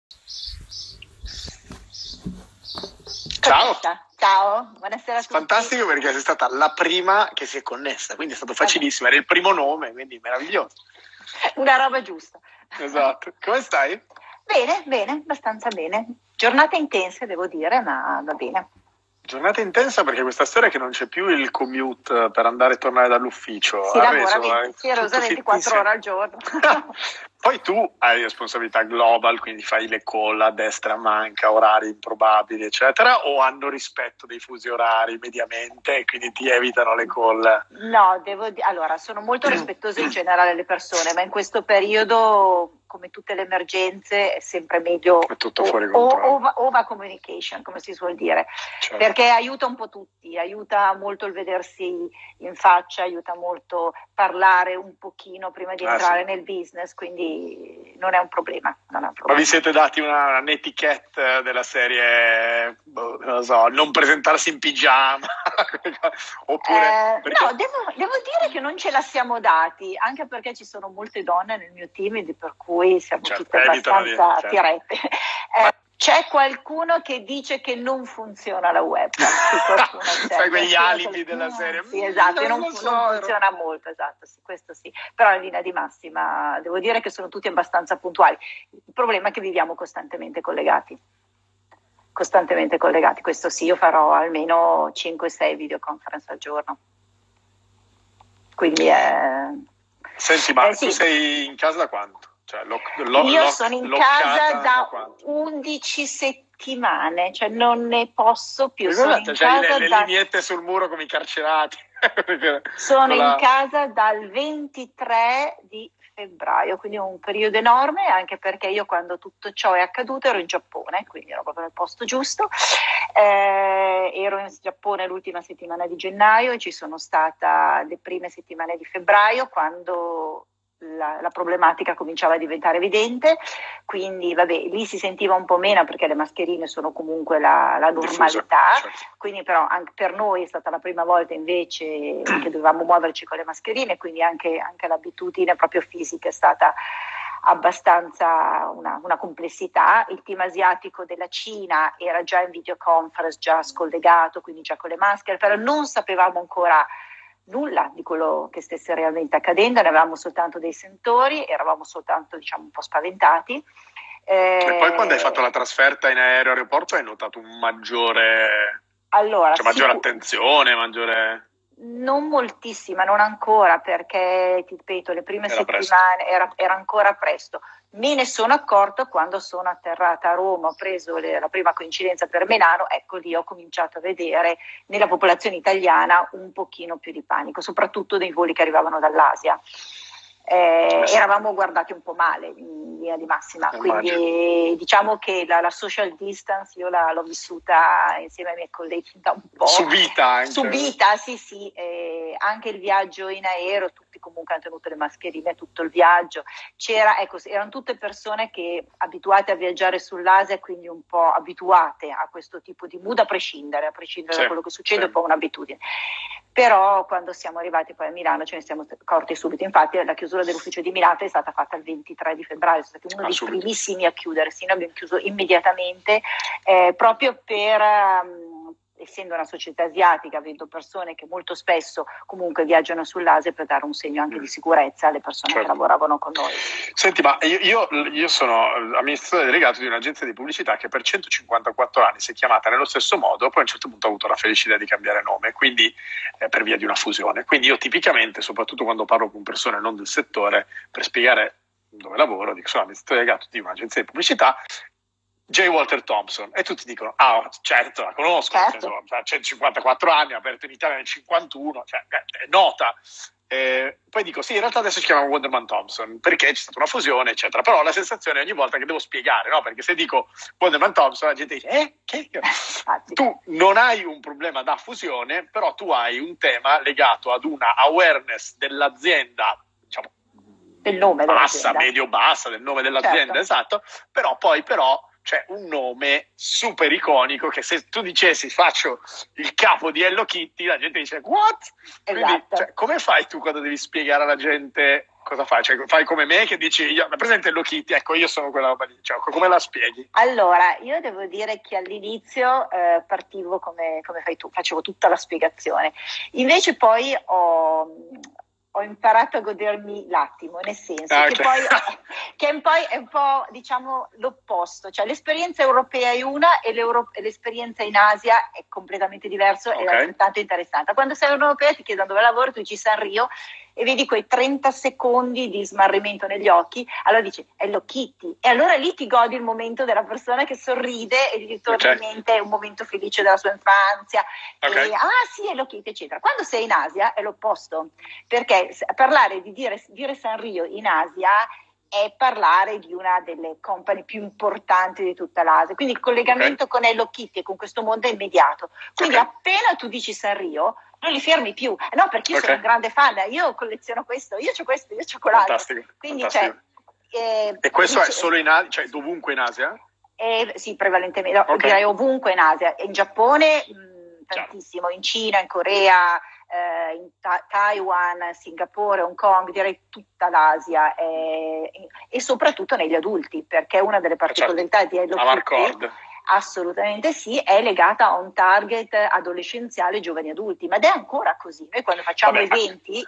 Ciao. Ciao, buonasera a tutti. Fantastico, perché sei stata la prima che si è connessa, quindi è stato facilissimo, era il primo nome, quindi meraviglioso. Una roba giusta. Esatto. Come stai? Bene, abbastanza bene. Giornate intense, devo dire, ma va bene. Giornata intensa, perché questa storia che non c'è più il commute per andare e tornare dall'ufficio. Si lavora 24 ore al giorno. Poi tu hai responsabilità global, quindi fai le call a destra a manca, orari improbabili, eccetera, o hanno rispetto dei fusi orari mediamente e quindi ti evitano le call? No, allora, sono molto rispettosa in generale alle persone, ma in questo periodo, come tutte le emergenze, è sempre meglio È tutto fuori controllo. over communication, come si suol dire, Certo. perché aiuta un po' tutti, aiuta molto il vedersi in faccia, aiuta molto parlare un pochino prima di entrare nel business, quindi non è un problema. Ma vi siete dati un'etichetta della serie, non lo so, non presentarsi in pigiama? Oppure No, devo dire che non ce la siamo dati, anche perché ci sono molte donne nel mio team, per cui siamo tutte abbastanza tirette. C'è qualcuno che dice che non funziona la webcam. Sai, quegli alibi della serie. Sì, esatto, non funziona molto, esatto, sì, questo sì. Però in linea di massima devo dire che sono tutti abbastanza puntuali. Il problema è che viviamo costantemente collegati, questo sì. Io farò almeno 5-6 videoconference al giorno. Quindi Senti, ma tu sei in casa da quanto? Cioè, io sono in casa da 11 settimane, cioè non ne posso più. Sono in casa le lineette sul muro come i carcerati. Sono in casa dal 23 di febbraio, quindi un periodo enorme, anche perché io, quando tutto ciò è accaduto, ero in Giappone, quindi ero proprio nel posto giusto. Ero in Giappone l'ultima settimana di gennaio e ci sono stata le prime settimane di febbraio, quando la problematica cominciava a diventare evidente, quindi lì si sentiva un po' meno, perché le mascherine sono comunque la normalità, certo. Quindi però anche per noi è stata la prima volta invece che dovevamo muoverci con le mascherine, quindi anche l'abitudine proprio fisica è stata abbastanza una complessità. Il team asiatico della Cina era già in videoconference, già scollegato, quindi già con le maschere, però non sapevamo ancora nulla di quello che stesse realmente accadendo, ne avevamo soltanto dei sentori, eravamo soltanto, un po' spaventati. E poi, quando hai fatto la trasferta in aeroporto, hai notato un maggiore attenzione, Non moltissima, non ancora, perché ti ripeto, le prime settimane era ancora presto. Me ne sono accorto quando sono atterrata a Roma, ho preso la prima coincidenza per Milano, ecco lì ho cominciato a vedere nella popolazione italiana un pochino più di panico, soprattutto nei voli che arrivavano dall'Asia. Eravamo guardati un po' male in linea di massima, quindi diciamo che la social distance io l'ho vissuta insieme ai miei colleghi da un po'. Subita, sì, anche il viaggio in aereo, tutti comunque hanno tenuto le mascherine tutto il viaggio. Erano tutte persone che abituate a viaggiare sull'Asia, quindi un po' abituate a questo tipo di mood, a prescindere da quello che succede, è un po' un'abitudine. Però quando siamo arrivati poi a Milano ce ne siamo accorti subito. Infatti la chiusura dell'ufficio di Milano è stata fatta il 23 di febbraio, siamo stati uno dei primissimi a chiudere, sì, noi abbiamo chiuso immediatamente, proprio per, essendo una società asiatica, avendo persone che molto spesso comunque viaggiano sull'Asia, per dare un segno anche di sicurezza alle persone che lavoravano con noi. Senti, ma io sono amministratore delegato di un'agenzia di pubblicità che per 154 anni si è chiamata nello stesso modo, poi a un certo punto ho avuto la felicità di cambiare nome, quindi per via di una fusione. Quindi io tipicamente, soprattutto quando parlo con persone non del settore, per spiegare dove lavoro, dico: sono amministratore delegato di un'agenzia di pubblicità, J. Walter Thompson, e tutti dicono: certo, la conosco, certo. Ha 154 anni, ha aperto in Italia nel 51, è nota. Poi dico: sì, in realtà adesso si chiama Wonderman Thompson, perché c'è stata una fusione, eccetera. Però la sensazione è ogni volta che devo spiegare, no? Perché se dico Wonderman Thompson, la gente dice: che? Tu non hai un problema da fusione, però tu hai un tema legato ad una awareness dell'azienda, diciamo, del nome bassa, medio-bassa, del nome dell'azienda, esatto. Però c'è un nome super iconico che, se tu dicessi faccio il capo di Hello Kitty, la gente dice what? Esatto. Quindi, come fai tu quando devi spiegare alla gente cosa fai? Cioè, fai come me che dici, io, presente Hello Kitty, ecco, io sono quella roba lì, cioè, come la spieghi? Allora, io devo dire che all'inizio partivo come fai tu, facevo tutta la spiegazione. Invece poi ho imparato a godermi l'attimo, nel senso che poi è un po', diciamo, l'opposto, cioè l'esperienza europea è una e l'esperienza in Asia è completamente diverso ed è altrettanto interessante. Quando sei in europea ti chiedono dove lavori, tu dici Sanrio e vedi quei 30 secondi di smarrimento negli occhi, allora dici Hello Kitty, e allora lì ti godi il momento della persona che sorride e gli torna in mente un momento felice della sua infanzia, e sì, Hello Kitty, eccetera. Quando sei in Asia è l'opposto, perché parlare di dire Sanrio in Asia è parlare di una delle company più importanti di tutta l'Asia, quindi il collegamento con Hello Kitty e con questo mondo è immediato, quindi appena tu dici Sanrio non li fermi più, no, perché io sono un grande fan, io colleziono questo, io c'ho quell'altro. Fantastico, quindi fantastico. E questo è solo in Asia, cioè dovunque in Asia? Sì, prevalentemente, direi ovunque in Asia, in Giappone tantissimo, in Cina, in Corea, in Taiwan, Singapore, Hong Kong, direi tutta l'Asia e soprattutto negli adulti, perché una delle particolarità di Hello Kitty, assolutamente sì, è legata a un target adolescenziale giovani adulti, ma è ancora così. Noi quando facciamo eventi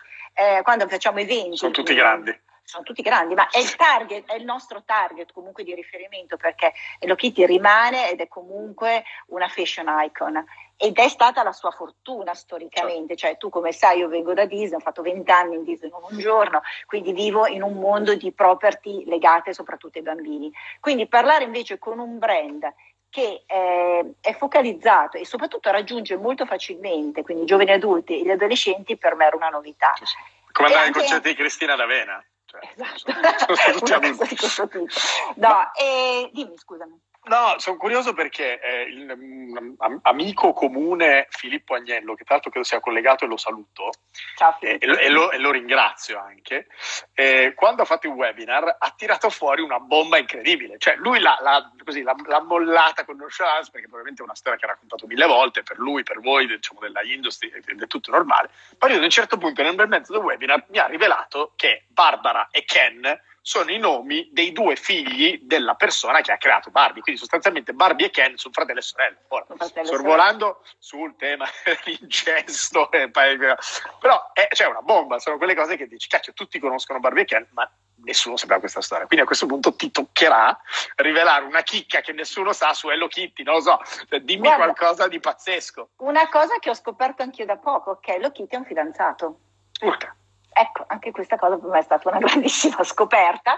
sono tutti grandi. Sono tutti grandi, ma è il nostro target comunque di riferimento, perché Hello Kitty rimane ed è comunque una fashion icon ed è stata la sua fortuna storicamente, cioè tu come sai io vengo da Disney, ho fatto 20 anni in Disney non un giorno, quindi vivo in un mondo di property legate soprattutto ai bambini, quindi parlare invece con un brand che è focalizzato e soprattutto raggiunge molto facilmente, quindi i giovani adulti e gli adolescenti, per me era una novità. Come andare ai concerti di Cristina D'Avena. Esatto, di questo tipo. No, dimmi, scusami. No, sono curioso perché un amico comune, Filippo Agnello, che tra l'altro credo sia collegato e lo saluto, ciao, e lo ringrazio anche, quando ha fatto il webinar ha tirato fuori una bomba incredibile, cioè lui l'ha mollata con nonchalance, perché probabilmente è una storia che ha raccontato 1000 volte, per lui, per voi, diciamo, della industry, ed è tutto normale. Poi ad un certo punto nel bel mezzo del webinar mi ha rivelato che Barbara e Ken sono i nomi dei 2 figli della persona che ha creato Barbie, quindi sostanzialmente Barbie e Ken sono fratello e sorella. Ora, sorvolando sul tema dell'incesto, però c'è una bomba, sono quelle cose che dici, cacchio, tutti conoscono Barbie e Ken, ma nessuno sapeva questa storia, quindi a questo punto ti toccherà rivelare una chicca che nessuno sa su Hello Kitty, non lo so, dimmi qualcosa di pazzesco. Una cosa che ho scoperto anch'io da poco, che Hello Kitty è un fidanzato. Urca. Ecco, anche questa cosa per me è stata una grandissima scoperta.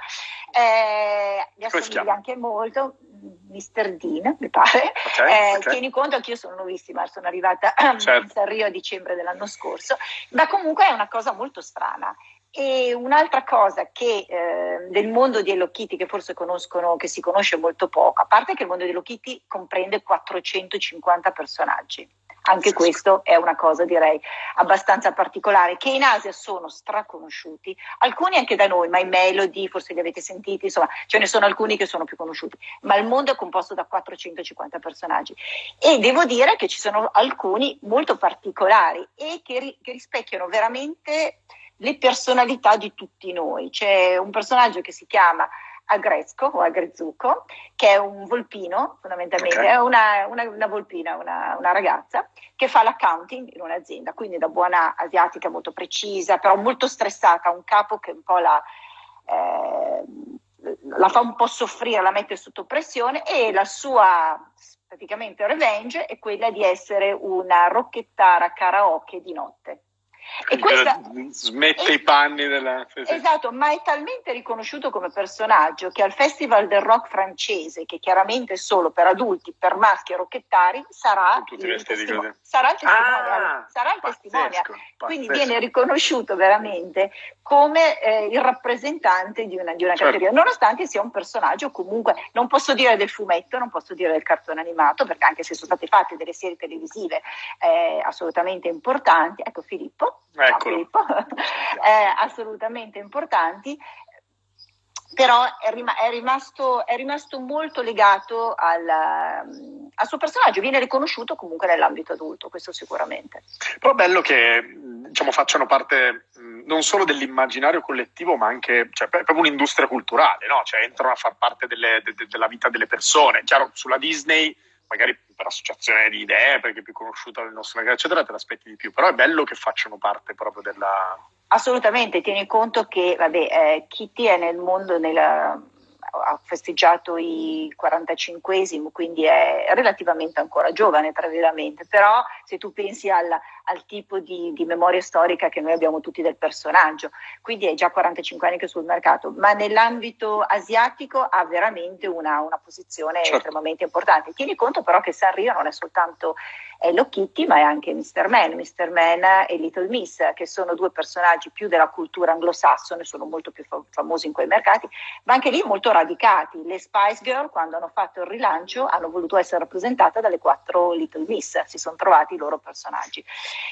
Mi assomiglia anche molto, Mr. Dean, mi pare. Tieni conto che io sono nuovissima, sono arrivata a Sanrio a dicembre dell'anno scorso, ma comunque è una cosa molto strana. E un'altra cosa che del mondo di Hello Kitty, che forse che si conosce molto poco, a parte che il mondo di Hello Kitty comprende 450 personaggi. Anche questo è una cosa, direi, abbastanza particolare, che in Asia sono straconosciuti, alcuni anche da noi, My Melody, forse li avete sentiti, insomma, ce ne sono alcuni che sono più conosciuti, ma il mondo è composto da 450 personaggi e devo dire che ci sono alcuni molto particolari e che rispecchiano veramente le personalità di tutti noi. C'è un personaggio che si chiama Agresco o Agrezuko, che è un volpino, fondamentalmente, è una volpina, una ragazza che fa l'accounting in un'azienda, quindi da buona asiatica molto precisa, però molto stressata, un capo che un po' la fa un po' soffrire, la mette sotto pressione, e la sua praticamente revenge è quella di essere una rocchettara karaoke di notte. E questa smette i panni della... Esatto, ma è talmente riconosciuto come personaggio che al Festival del Rock francese, che chiaramente è solo per adulti, per maschi e rocchettari, sarà il testimonial. Quindi viene riconosciuto veramente come il rappresentante di una categoria, nonostante sia un personaggio comunque, non posso dire del fumetto, non posso dire del cartone animato, perché anche se sono state fatte delle serie televisive assolutamente importanti, ecco Filippo, assolutamente importanti, però è rimasto molto legato al suo personaggio, viene riconosciuto comunque nell'ambito adulto, questo sicuramente. Però è bello che, diciamo, facciano parte non solo dell'immaginario collettivo, ma anche proprio un'industria culturale, no? Cioè entrano a far parte della vita delle persone. Chiaro, sulla Disney, magari per associazione di idee, perché è più conosciuta nel nostro mercato, eccetera, te l'aspetti di più, però è bello che facciano parte proprio della... Assolutamente, tieni conto che Kitty è nel mondo, ha festeggiato i 45esimi, quindi è relativamente ancora giovane, tranquillamente, però se tu pensi al tipo di memoria storica che noi abbiamo tutti del personaggio, quindi è già 45 anni che è sul mercato, ma nell'ambito asiatico ha veramente una posizione estremamente importante. Tieni conto però che Sanrio non è soltanto Hello Kitty, ma è anche Mr. Man e Little Miss, che sono due personaggi più della cultura anglosassone, sono molto più famosi in quei mercati, ma anche lì molto radicati. Le Spice Girl, quando hanno fatto il rilancio, hanno voluto essere rappresentate dalle 4 Little Miss, si sono trovati i loro personaggi.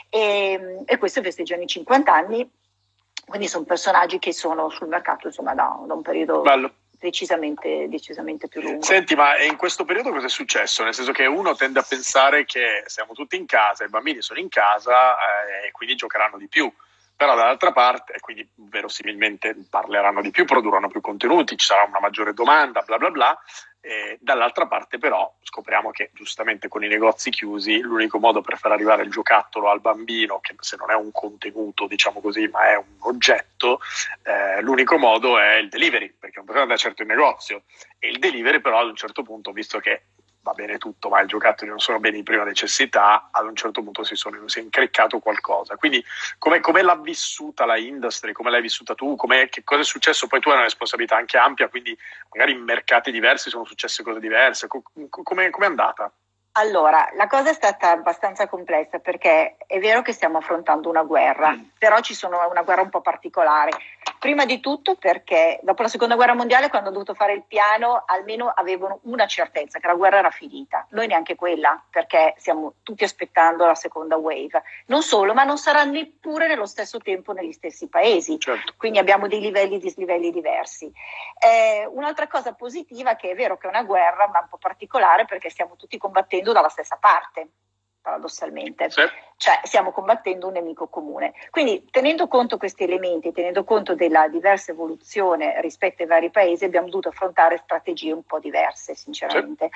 E questo festeggiano i 50 anni, quindi sono personaggi che sono sul mercato insomma da un periodo decisamente più lungo. Senti, ma in questo periodo cosa è successo? Nel senso che uno tende a pensare che siamo tutti in casa, i bambini sono in casa e quindi giocheranno di più, però dall'altra parte, e quindi verosimilmente parleranno di più, produrranno più contenuti, ci sarà una maggiore domanda, bla bla bla. E dall'altra parte però scopriamo che giustamente con i negozi chiusi l'unico modo per far arrivare il giocattolo al bambino, che se non è un contenuto diciamo così ma è un oggetto, l'unico modo è il delivery, perché non poteva andare certo in negozio, e il delivery però ad un certo punto, visto che va bene tutto ma i giocattoli non sono beni di prima necessità, ad un certo punto si è increccato qualcosa. Quindi come l'ha vissuta la industry, come l'hai vissuta tu, che cosa è successo? Poi tu hai una responsabilità anche ampia, quindi magari in mercati diversi sono successe cose diverse, come è andata? Allora, la cosa è stata abbastanza complessa, perché è vero che stiamo affrontando una guerra, però ci sono una guerra un po' particolare. Prima di tutto perché dopo la seconda guerra mondiale, quando ho dovuto fare il piano, almeno avevano una certezza, che la guerra era finita. Noi neanche quella, perché stiamo tutti aspettando la seconda wave. Non solo, ma non sarà neppure nello stesso tempo negli stessi paesi. Certo. Quindi abbiamo dei livelli e dislivelli diversi. Un'altra cosa positiva è che è vero che è una guerra, ma un po' particolare, perché stiamo tutti combattendo dalla stessa parte, paradossalmente. Sì. Cioè stiamo combattendo un nemico comune. Quindi tenendo conto questi elementi, tenendo conto della diversa evoluzione rispetto ai vari paesi, abbiamo dovuto affrontare strategie un po' diverse, sinceramente.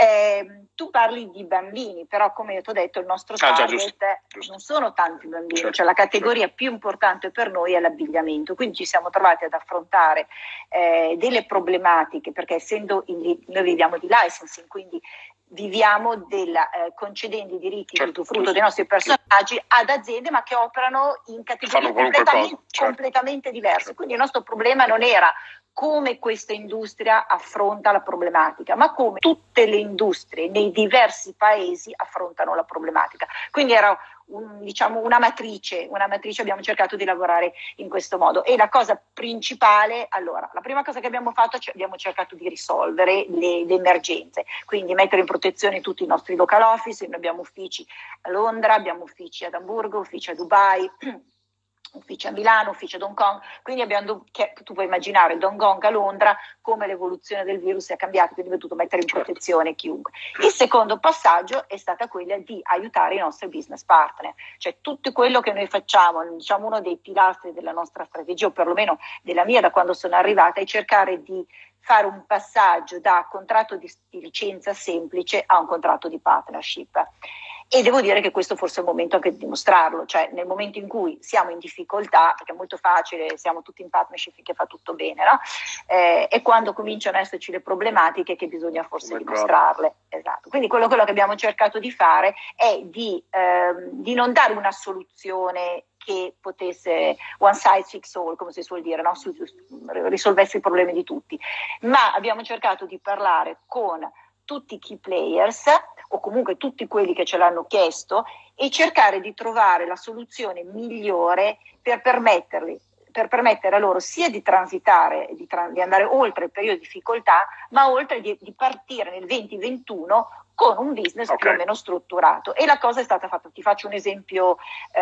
Sì. Tu parli di bambini, però come io ti ho detto il nostro target giusto. Non sono tanti bambini, certo. Cioè la categoria più importante per noi è l'abbigliamento, quindi ci siamo trovati ad affrontare delle problematiche, perché essendo noi viviamo di licensing, quindi viviamo concedendo i diritti di usufrutto dei nostri personaggi ad aziende, ma che operano in categorie completamente diverse. Quindi il nostro problema non era come questa industria affronta la problematica, ma come tutte le industrie nei diversi paesi affrontano la problematica. Quindi era una matrice, abbiamo cercato di lavorare in questo modo. E la cosa principale, allora, la prima cosa che abbiamo fatto, abbiamo cercato di risolvere le emergenze, quindi mettere in protezione tutti i nostri local office. Noi abbiamo uffici a Londra, abbiamo uffici ad Amburgo, uffici a Dubai, uffici a Milano, uffici ad Hong Kong, quindi tu puoi immaginare da Hong Kong a Londra come l'evoluzione del virus è cambiata, quindi abbiamo dovuto mettere in protezione chiunque. Il secondo passaggio è stata quella di aiutare i nostri business partner, cioè tutto quello che noi facciamo, diciamo uno dei pilastri della nostra strategia, o perlomeno della mia da quando sono arrivata, è cercare di fare un passaggio da contratto di licenza semplice a un contratto di partnership. E devo dire che questo forse è il momento anche di dimostrarlo, cioè nel momento in cui siamo in difficoltà, perché è molto facile, siamo tutti in partnership finché fa tutto bene, no? E quando cominciano ad esserci le problematiche che bisogna forse dimostrarle. Esatto. Quindi quello che abbiamo cercato di fare è di non dare una soluzione che potesse one size fits all, come si suol dire, no? Risolvesse i problemi di tutti, ma abbiamo cercato di parlare con tutti i key players o comunque tutti quelli che ce l'hanno chiesto e cercare di trovare la soluzione migliore per permettere a loro sia di transitare, di andare oltre il periodo di difficoltà, ma oltre di partire nel 2021 con un business più o meno strutturato. E la cosa è stata fatta, ti faccio un esempio,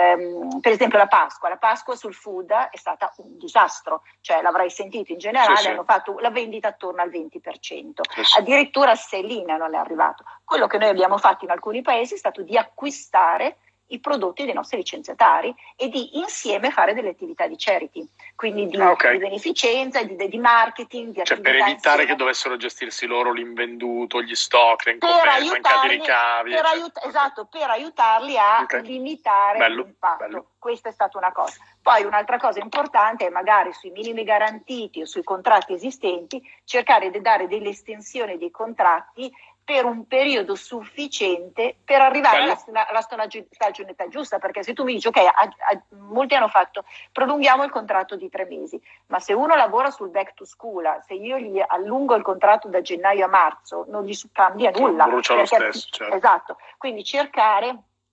per esempio la Pasqua sul food è stata un disastro, cioè l'avrai sentito in generale, sì. Hanno fatto la vendita attorno al 20%, sì. Addirittura il sell-in non è arrivato. Quello che noi abbiamo fatto in alcuni paesi è stato di acquistare i prodotti dei nostri licenziatari e di insieme fare delle attività di charity, quindi di beneficenza, di marketing, di cioè per evitare insieme, che dovessero gestirsi loro l'invenduto, gli stock, le mancati ricavi. Esatto, per aiutarli a limitare l'impatto. Bello. Questa è stata una cosa. Poi un'altra cosa importante è magari sui minimi garantiti o sui contratti esistenti cercare di dare delle estensioni dei contratti per un periodo sufficiente per arrivare alla stagionalità giusta, perché se tu mi dici molti hanno fatto prolunghiamo il contratto di 3 mesi, ma se uno lavora sul back to school, se io gli allungo il contratto da gennaio a marzo non gli cambia nulla, brucia lo stesso, certo. Esatto, quindi cercare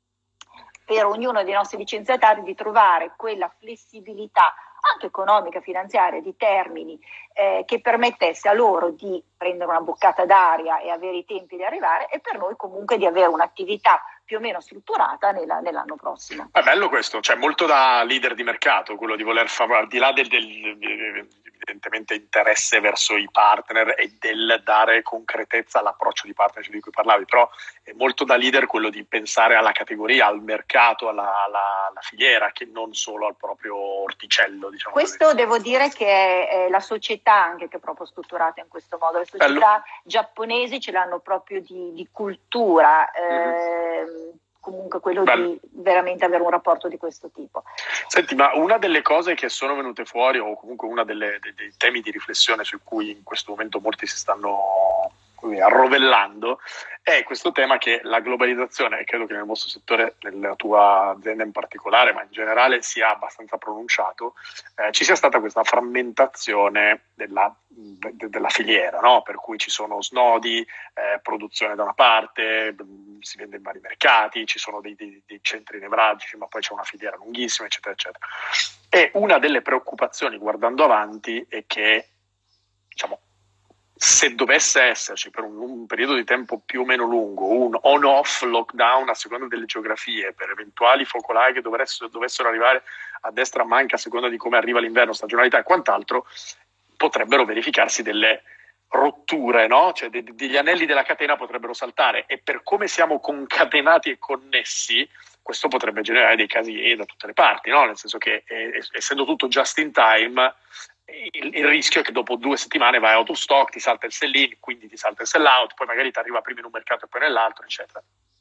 per ognuno dei nostri licenziatari di trovare quella flessibilità anche economica, finanziaria, di termini che permettesse a loro di prendere una boccata d'aria e avere i tempi di arrivare, e per noi comunque di avere un'attività più o meno strutturata nell'anno prossimo. È bello questo, cioè molto da leader di mercato, quello di voler fare, al di là del evidentemente interesse verso i partner e del dare concretezza all'approccio di partnership di cui parlavi, però è molto da leader quello di pensare alla categoria, al mercato, alla filiera, che non solo al proprio orticello. Diciamo questo così. Devo dire che è la società anche che è proprio strutturata in questo modo. Le società giapponesi ce l'hanno proprio di cultura, comunque quello di veramente avere un rapporto di questo tipo. Senti, ma una delle cose che sono venute fuori, o comunque una dei temi di riflessione su cui in questo momento molti si stanno arrovellando, è questo tema che la globalizzazione, e credo che nel vostro settore, nella tua azienda in particolare, ma in generale sia abbastanza pronunciato, ci sia stata questa frammentazione della filiera, no? Per cui ci sono snodi, produzione da una parte, si vende in vari mercati, ci sono dei centri nevralgici, ma poi c'è una filiera lunghissima, eccetera, eccetera. E una delle preoccupazioni guardando avanti è che, diciamo, se dovesse esserci per un periodo di tempo più o meno lungo un on-off lockdown a seconda delle geografie, per eventuali focolai che dovessero arrivare a destra a manca a seconda di come arriva l'inverno, stagionalità e quant'altro, potrebbero verificarsi delle rotture, no? Cioè degli anelli della catena potrebbero saltare, e per come siamo concatenati e connessi questo potrebbe generare dei casi da tutte le parti, no? Nel senso che essendo tutto just in time, il rischio è che dopo 2 settimane vai out of stock, ti salta il sell-in, quindi ti salta il sell-out, poi magari ti arriva prima in un mercato e poi nell'altro, eccetera.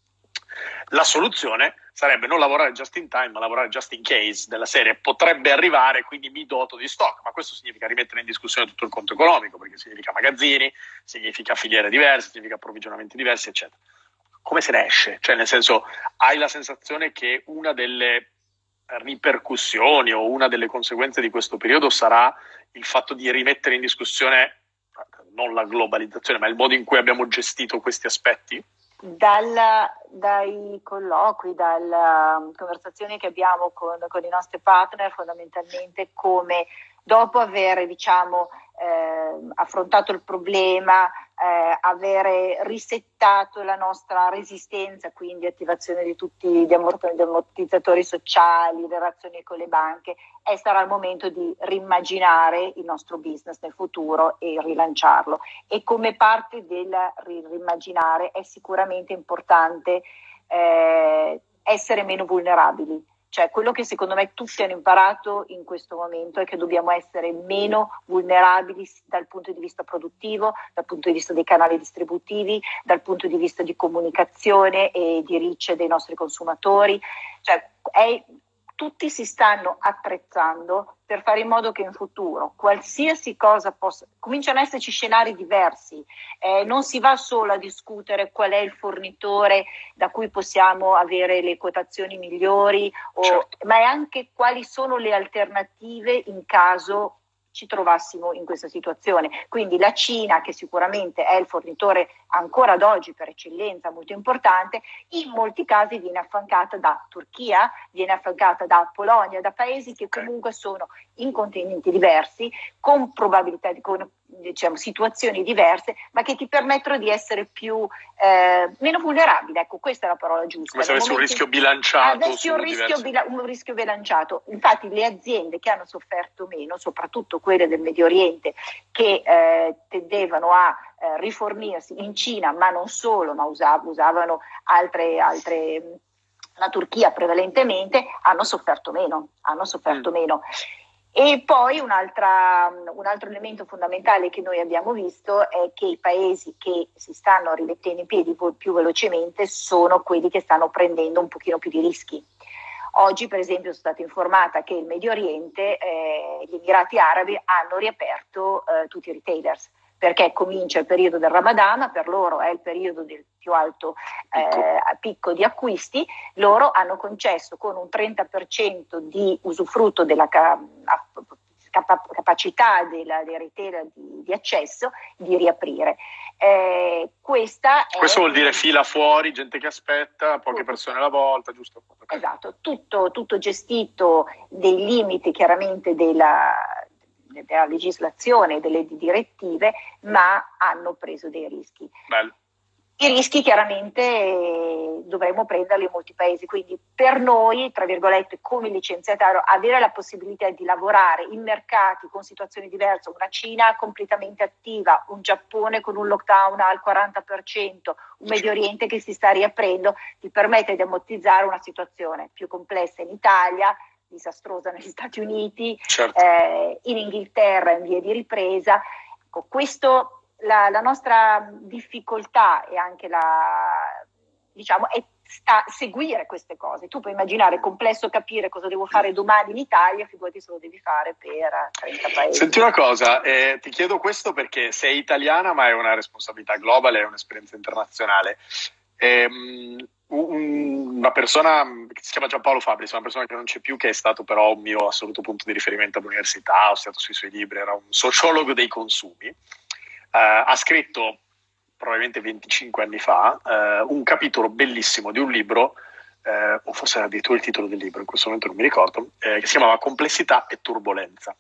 La soluzione sarebbe non lavorare just in time, ma lavorare just in case, della serie potrebbe arrivare, quindi mi doto di stock, ma questo significa rimettere in discussione tutto il conto economico, perché significa magazzini, significa filiere diverse, significa approvvigionamenti diversi, eccetera. Come se ne esce? Cioè, nel senso, hai la sensazione che una delle ripercussioni o una delle conseguenze di questo periodo sarà il fatto di rimettere in discussione non la globalizzazione, ma il modo in cui abbiamo gestito questi aspetti? Dai colloqui, dalle conversazioni che abbiamo con i nostri partner, fondamentalmente come dopo aver affrontato il problema, avere risettato la nostra resistenza, quindi attivazione di tutti gli ammortizzatori sociali, le relazioni con le banche, sarà il momento di rimmaginare il nostro business nel futuro e rilanciarlo. E come parte del rimmaginare è sicuramente importante essere meno vulnerabili. Cioè, quello che secondo me tutti hanno imparato in questo momento è che dobbiamo essere meno vulnerabili dal punto di vista produttivo, dal punto di vista dei canali distributivi, dal punto di vista di comunicazione e di reach dei nostri consumatori. Cioè, tutti si stanno attrezzando per fare in modo che in futuro qualsiasi cosa cominciano ad esserci scenari diversi, non si va solo a discutere qual è il fornitore da cui possiamo avere le quotazioni migliori, ma è anche quali sono le alternative in caso ci trovassimo in questa situazione. Quindi la Cina, che sicuramente è il fornitore ancora ad oggi per eccellenza molto importante, in molti casi viene affiancata da Turchia, viene affiancata da Polonia, da paesi che comunque sono in continenti diversi, con probabilità con situazioni diverse, ma che ti permettono di essere meno vulnerabile. Ecco, questa è la parola giusta. Come se avessi un rischio bilanciato. Avessi un rischio bilanciato. Infatti le aziende che hanno sofferto meno, soprattutto quelle del Medio Oriente, che tendevano a rifornirsi in Cina, ma non solo, ma usavano altre la Turchia prevalentemente, hanno sofferto meno. E poi un altro elemento fondamentale che noi abbiamo visto è che i paesi che si stanno rimettendo in piedi più velocemente sono quelli che stanno prendendo un pochino più di rischi. Oggi, per esempio, sono stata informata che il Medio Oriente, gli Emirati Arabi hanno riaperto tutti i retailers, perché comincia il periodo del Ramadan, per loro è il periodo del più alto picco di acquisti. Loro hanno concesso con un 30% di usufrutto della capacità dei retailer di accesso di riaprire. Questo vuol dire fila fuori, gente che aspetta, poche persone alla volta, giusto? Esatto, tutto gestito dei limiti chiaramente della legislazione, delle direttive, ma hanno preso dei rischi. Bello. I rischi chiaramente dovremmo prenderli in molti paesi, quindi per noi, tra virgolette, come licenziatario, avere la possibilità di lavorare in mercati con situazioni diverse, una Cina completamente attiva, un Giappone con un lockdown al 40%, un Medio Oriente che si sta riaprendo, ti permette di ammortizzare una situazione più complessa in Italia, disastrosa negli Stati Uniti, certo. In Inghilterra in via di ripresa. Ecco, questo la nostra difficoltà e anche è seguire queste cose. Tu puoi immaginare, è complesso capire cosa devo fare domani in Italia, figurati se lo devi fare per 30 paesi. Senti una cosa, ti chiedo questo perché sei italiana ma è una responsabilità globale, è un'esperienza internazionale. Una persona che si chiama Giampaolo Fabris, una persona che non c'è più, che è stato però un mio assoluto punto di riferimento all'università, ho studiato sui suoi libri, era un sociologo dei consumi. Ha scritto probabilmente 25 anni fa un capitolo bellissimo di un libro, o forse era addirittura il titolo del libro, in questo momento non mi ricordo, che si chiamava Complessità e turbolenza.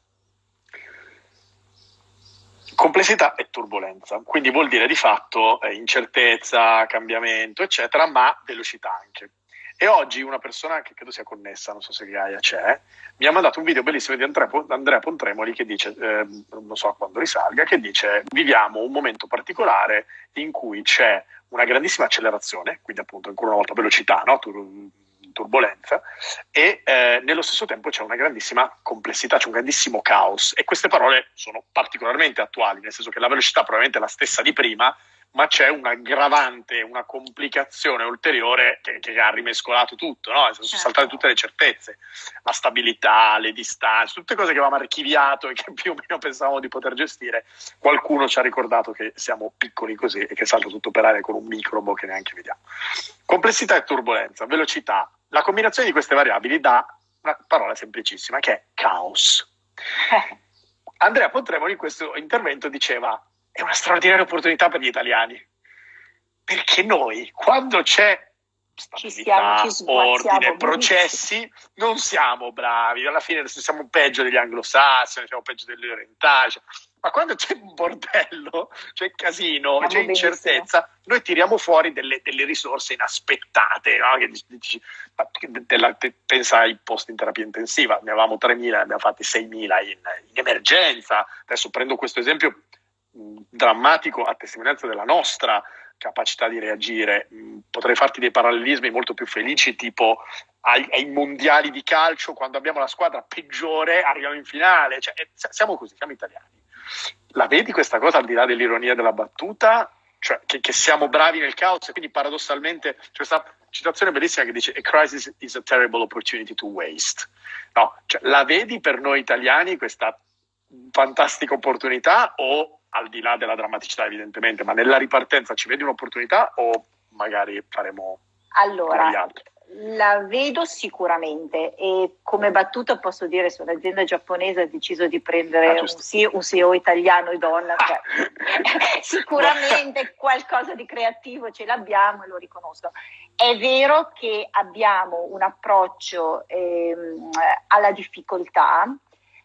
Complessità e turbolenza, quindi vuol dire di fatto incertezza, cambiamento, eccetera, ma velocità anche. E oggi una persona che credo sia connessa, non so se Gaia c'è, mi ha mandato un video bellissimo di Andrea Pontremoli che dice, non so a quando risalga, che dice: viviamo un momento particolare in cui c'è una grandissima accelerazione, quindi appunto ancora una volta velocità, no? Turbolenza, e nello stesso tempo c'è una grandissima complessità, c'è un grandissimo caos, e queste parole sono particolarmente attuali, nel senso che la velocità probabilmente è la stessa di prima, ma c'è un aggravante, una complicazione ulteriore che ha rimescolato tutto, no? Sono saltate tutte le certezze, la stabilità, le distanze, tutte cose che avevamo archiviato e che più o meno pensavamo di poter gestire. Qualcuno ci ha ricordato che siamo piccoli così e che salta tutto per aria con un microbo che neanche vediamo. Complessità e turbolenza, velocità. La combinazione di queste variabili dà una parola semplicissima che è caos. Andrea Pontremoli in questo intervento diceva: è una straordinaria opportunità per gli italiani, perché noi, quando c'è stabilità, ordine, processi, non siamo bravi. Alla fine siamo peggio degli anglosassoni, siamo peggio degli orientali. Ma quando c'è un bordello, c'è casino, c'è incertezza, noi tiriamo fuori delle risorse inaspettate, no? Che dici, pensa ai posti in terapia intensiva, ne avevamo 3.000, ne abbiamo fatti 6.000 in emergenza. Adesso prendo questo esempio drammatico a testimonianza della nostra capacità di reagire. Potrei farti dei parallelismi molto più felici, tipo ai mondiali di calcio, quando abbiamo la squadra peggiore arriviamo in finale, cioè, siamo così, siamo italiani. La vedi questa cosa, al di là dell'ironia della battuta, cioè che siamo bravi nel caos, e quindi paradossalmente c'è questa citazione bellissima che dice: a crisis is a terrible opportunity to waste. No, cioè, la vedi per noi italiani questa fantastica opportunità, o al di là della drammaticità evidentemente, ma nella ripartenza ci vedi un'opportunità o magari faremo gli altri? La vedo sicuramente, e come battuta posso dire se un'azienda giapponese ha deciso di prendere un CEO italiano e donna, cioè, sicuramente qualcosa di creativo ce l'abbiamo e lo riconosco. È vero che abbiamo un approccio alla difficoltà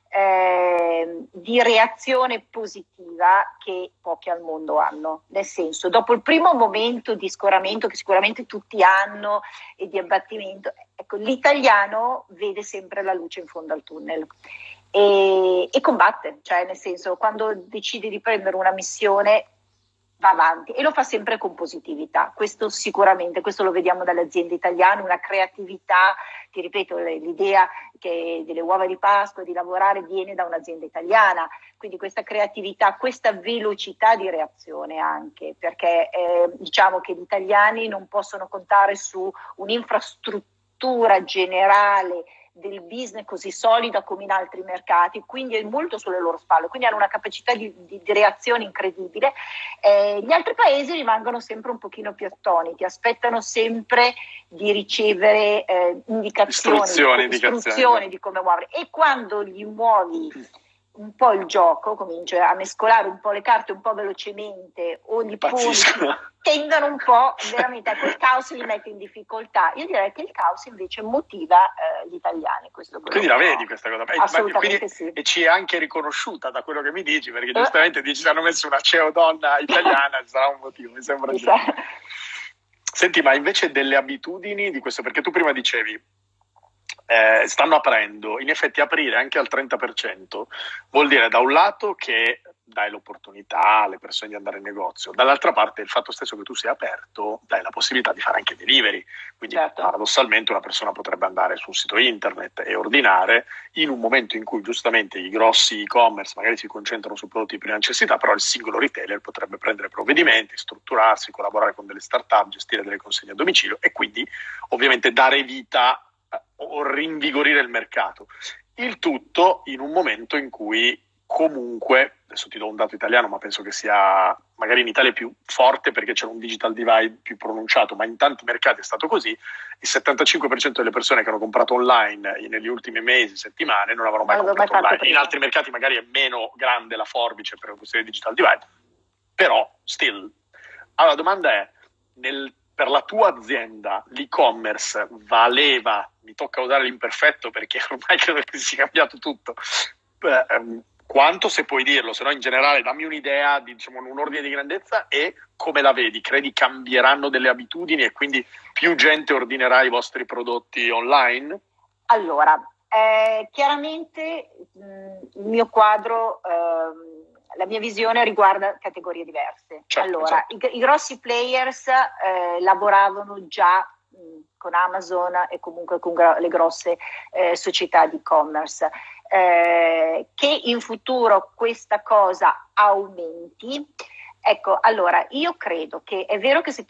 di reazione positiva che pochi al mondo hanno, nel senso, dopo il primo momento di scoramento che sicuramente tutti hanno e di abbattimento, ecco, l'italiano vede sempre la luce in fondo al tunnel e combatte, cioè nel senso, quando decide di prendere una missione va avanti e lo fa sempre con positività, questo sicuramente, questo lo vediamo dalle aziende italiane, una creatività, ti ripeto, l'idea che delle uova di Pasqua di lavorare viene da un'azienda italiana, quindi questa creatività, questa velocità di reazione anche, perché diciamo che gli italiani non possono contare su un'infrastruttura generale del business così solida come in altri mercati, quindi è molto sulle loro spalle, quindi hanno una capacità di reazione incredibile. Gli altri paesi rimangono sempre un pochino più attoniti, aspettano sempre di ricevere istruzioni di come muovere, e quando gli muovi un po' il gioco, comincia a mescolare un po' le carte un po' velocemente o gli poni tendono un po' veramente, quel caos li mette in difficoltà. Io direi che il caos invece motiva gli italiani. Quindi la vedi questa cosa? Assolutamente sì. E ci è anche riconosciuta da quello che mi dici, perché giustamente dici hanno messo una CEO donna italiana, ci sarà un motivo, mi sembra. Senti, ma invece delle abitudini di questo, perché tu prima dicevi stanno aprendo, in effetti aprire anche al 30% vuol dire da un lato che dai l'opportunità alle persone di andare in negozio, dall'altra parte il fatto stesso che tu sia aperto dai la possibilità di fare anche delivery, quindi certo, paradossalmente una persona potrebbe andare sul sito internet e ordinare in un momento in cui giustamente i grossi e-commerce magari si concentrano su prodotti di prima necessità, però il singolo retailer potrebbe prendere provvedimenti, strutturarsi, collaborare con delle start-up, gestire delle consegne a domicilio e quindi ovviamente dare vita o rinvigorire il mercato. Il tutto in un momento in cui comunque, adesso ti do un dato italiano, ma penso che sia magari in Italia più forte perché c'è un digital divide più pronunciato, ma in tanti mercati è stato così, il 75% delle persone che hanno comprato online negli ultimi mesi, settimane, non avevano mai comprato online. In altri mercati magari è meno grande la forbice per questione di digital divide, però still. Allora la domanda è, per la tua azienda l'e-commerce valeva, mi tocca usare l'imperfetto perché ormai credo che sia cambiato tutto, quanto, se puoi dirlo, se no in generale dammi un'idea di, diciamo, un ordine di grandezza e come la vedi, credi cambieranno delle abitudini e quindi più gente ordinerà i vostri prodotti online? Allora, chiaramente il mio quadro, la mia visione riguarda categorie diverse. Certo, allora, esatto. I grossi players lavoravano già con Amazon e comunque con le grosse società di e-commerce. Che in futuro questa cosa aumenti. Ecco, allora io credo che è vero che il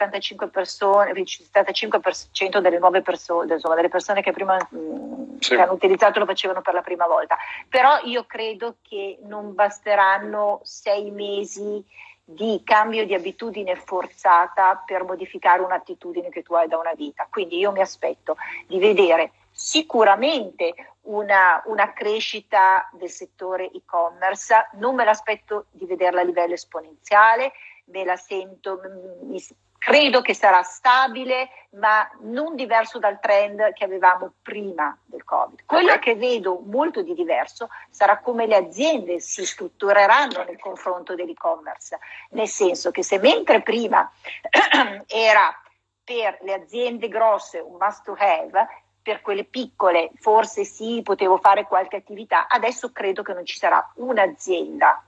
75% delle nuove persone, insomma delle persone che prima che hanno utilizzato lo facevano per la prima volta, però io credo che non basteranno 6 mesi di cambio di abitudine forzata per modificare un'attitudine che tu hai da una vita. Quindi io mi aspetto di vedere sicuramente una crescita del settore e-commerce, non me l'aspetto di vederla a livello esponenziale, me la sento, credo che sarà stabile, ma non diverso dal trend che avevamo prima del Covid. Quello che vedo molto di diverso sarà come le aziende si struttureranno nel confronto dell'e-commerce, nel senso che se mentre prima era per le aziende grosse un must to have, per quelle piccole forse sì, potevo fare qualche attività, adesso credo che non ci sarà un'azienda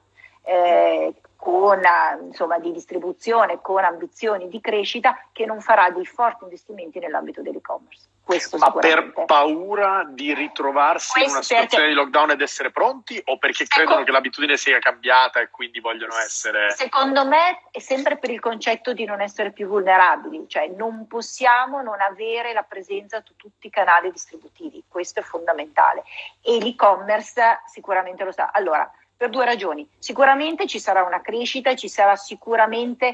con insomma di distribuzione, con ambizioni di crescita, che non farà dei forti investimenti nell'ambito dell'e-commerce. Questo ma per paura di ritrovarsi in una situazione di lockdown ed essere pronti, o perché credono che l'abitudine sia cambiata e quindi vogliono essere... Secondo me è sempre per il concetto di non essere più vulnerabili, cioè non possiamo non avere la presenza su tutti i canali distributivi, questo è fondamentale, e l'e-commerce sicuramente lo sa. Allora, per 2 ragioni: sicuramente ci sarà una crescita, ci sarà sicuramente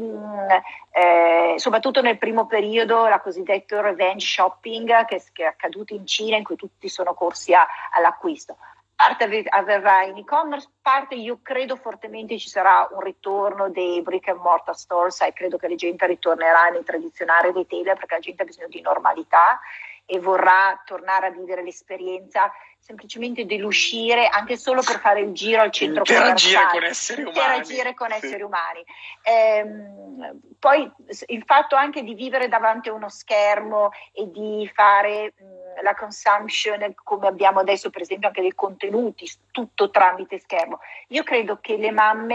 soprattutto nel primo periodo la cosiddetta revenge shopping che è accaduto in Cina, in cui tutti sono corsi all'acquisto. Parte avverrà in e-commerce, parte io credo fortemente ci sarà un ritorno dei brick and mortar stores, e credo che la gente ritornerà nei tradizionali retailer perché la gente ha bisogno di normalità e vorrà tornare a vivere l'esperienza semplicemente dell'uscire anche solo per fare il giro al centro commerciale, interagire con esseri umani. Poi il fatto anche di vivere davanti a uno schermo e di fare la consumption come abbiamo adesso, per esempio anche dei contenuti, tutto tramite schermo. Io credo che le mamme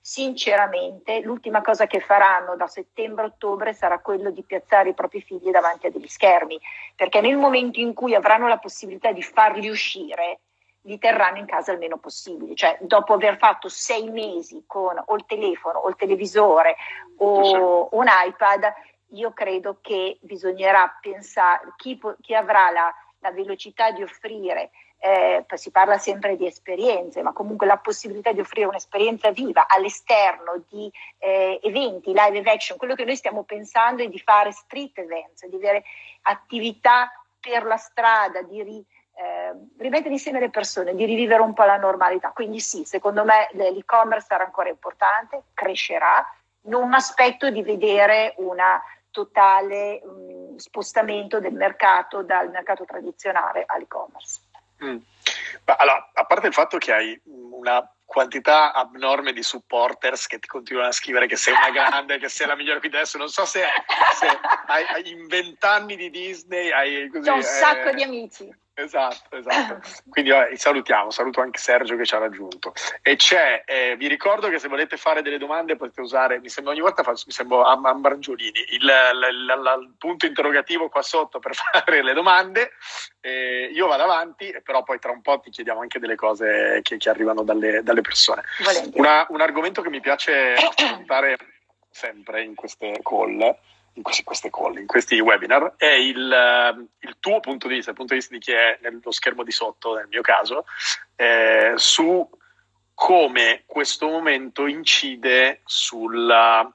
sinceramente l'ultima cosa che faranno da settembre-ottobre sarà quello di piazzare i propri figli davanti a degli schermi, perché nel momento in cui avranno la possibilità di farli uscire, li terranno in casa il meno possibile. Cioè, dopo aver fatto 6 mesi con o il telefono o il televisore o un iPad, io credo che bisognerà pensare, chi avrà la velocità di offrire, si parla sempre di esperienze, ma comunque la possibilità di offrire un'esperienza viva all'esterno di eventi, live action. Quello che noi stiamo pensando è di fare street events, di avere attività per la strada, di rimettere insieme le persone, di rivivere un po' la normalità. Quindi sì, secondo me l'e-commerce sarà ancora importante, crescerà. Non mi aspetto di vedere una totale spostamento del mercato dal mercato tradizionale all'e-commerce. Allora, a parte il fatto che hai una quantità abnorme di supporters che ti continuano a scrivere che sei una grande, che sei la migliore, quindi adesso non so se hai in 20 anni di Disney hai così, c'è un sacco di amici. Esatto. Quindi saluto anche Sergio che ci ha raggiunto. E vi ricordo che se volete fare delle domande potete usare, mi sembra ogni volta mi sembra Ambrangiolini, il punto interrogativo qua sotto per fare le domande. Io vado avanti, però poi tra un po' ti chiediamo anche delle cose che arrivano dalle persone. Un argomento che mi piace affrontare sempre in queste call, in questi webinar, è il tuo punto di vista, il punto di vista di chi è nello schermo di sotto, nel mio caso, su come questo momento incide sulle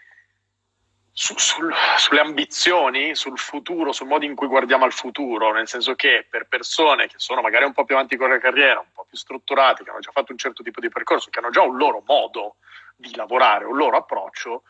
ambizioni, sul futuro, sul modo in cui guardiamo al futuro, nel senso che per persone che sono magari un po' più avanti con la carriera, un po' più strutturate, che hanno già fatto un certo tipo di percorso, che hanno già un loro modo di lavorare, un loro approccio,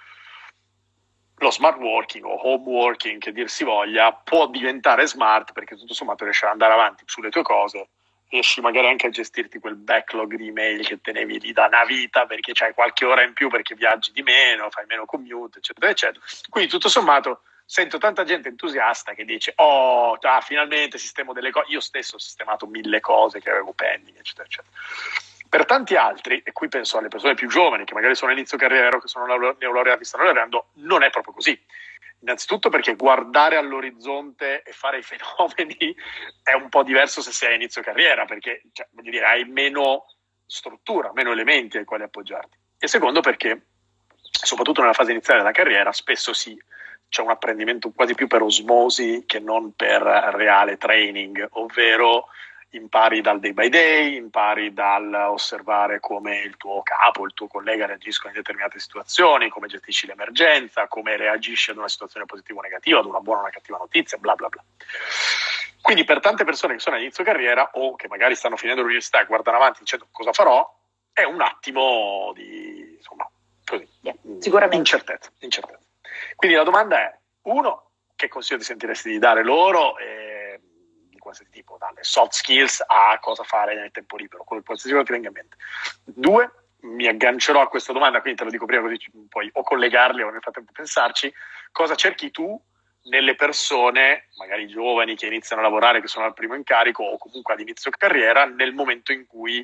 lo smart working o home working, che dir si voglia, può diventare smart perché tutto sommato riesci ad andare avanti sulle tue cose, riesci magari anche a gestirti quel backlog di email che tenevi lì da una vita perché c'hai qualche ora in più perché viaggi di meno, fai meno commute, eccetera, eccetera. Quindi tutto sommato sento tanta gente entusiasta che dice finalmente sistemo delle cose. Io stesso ho sistemato 1000 cose che avevo pending, eccetera, eccetera. Per tanti altri, e qui penso alle persone più giovani che magari sono a inizio carriera o che sono neolaureati, stanno laureando, non è proprio così. Innanzitutto perché guardare all'orizzonte e fare i fenomeni è un po' diverso se sei a inizio carriera, perché hai meno struttura, meno elementi ai quali appoggiarti. E secondo perché, soprattutto nella fase iniziale della carriera, spesso c'è un apprendimento quasi più per osmosi che non per reale training, ovvero impari dal day by day, impari dal osservare come il tuo capo, il tuo collega reagiscono in determinate situazioni, come gestisci l'emergenza, come reagisci ad una situazione positiva o negativa, ad una buona o una cattiva notizia, bla bla bla. Quindi per tante persone che sono a inizio carriera o che magari stanno finendo l'università e guardano avanti dicendo cosa farò, è un attimo di, insomma, così, sicuramente incertezza. Quindi la domanda è, uno, che consiglio ti sentiresti di dare loro qualsiasi tipo, dalle soft skills a cosa fare nel tempo libero, qualsiasi cosa ti venga in mente. 2, mi aggancerò a questa domanda, quindi te lo dico prima così puoi o collegarli o nel frattempo pensarci, cosa cerchi tu nelle persone, magari giovani che iniziano a lavorare, che sono al primo incarico o comunque all'inizio carriera, nel momento in cui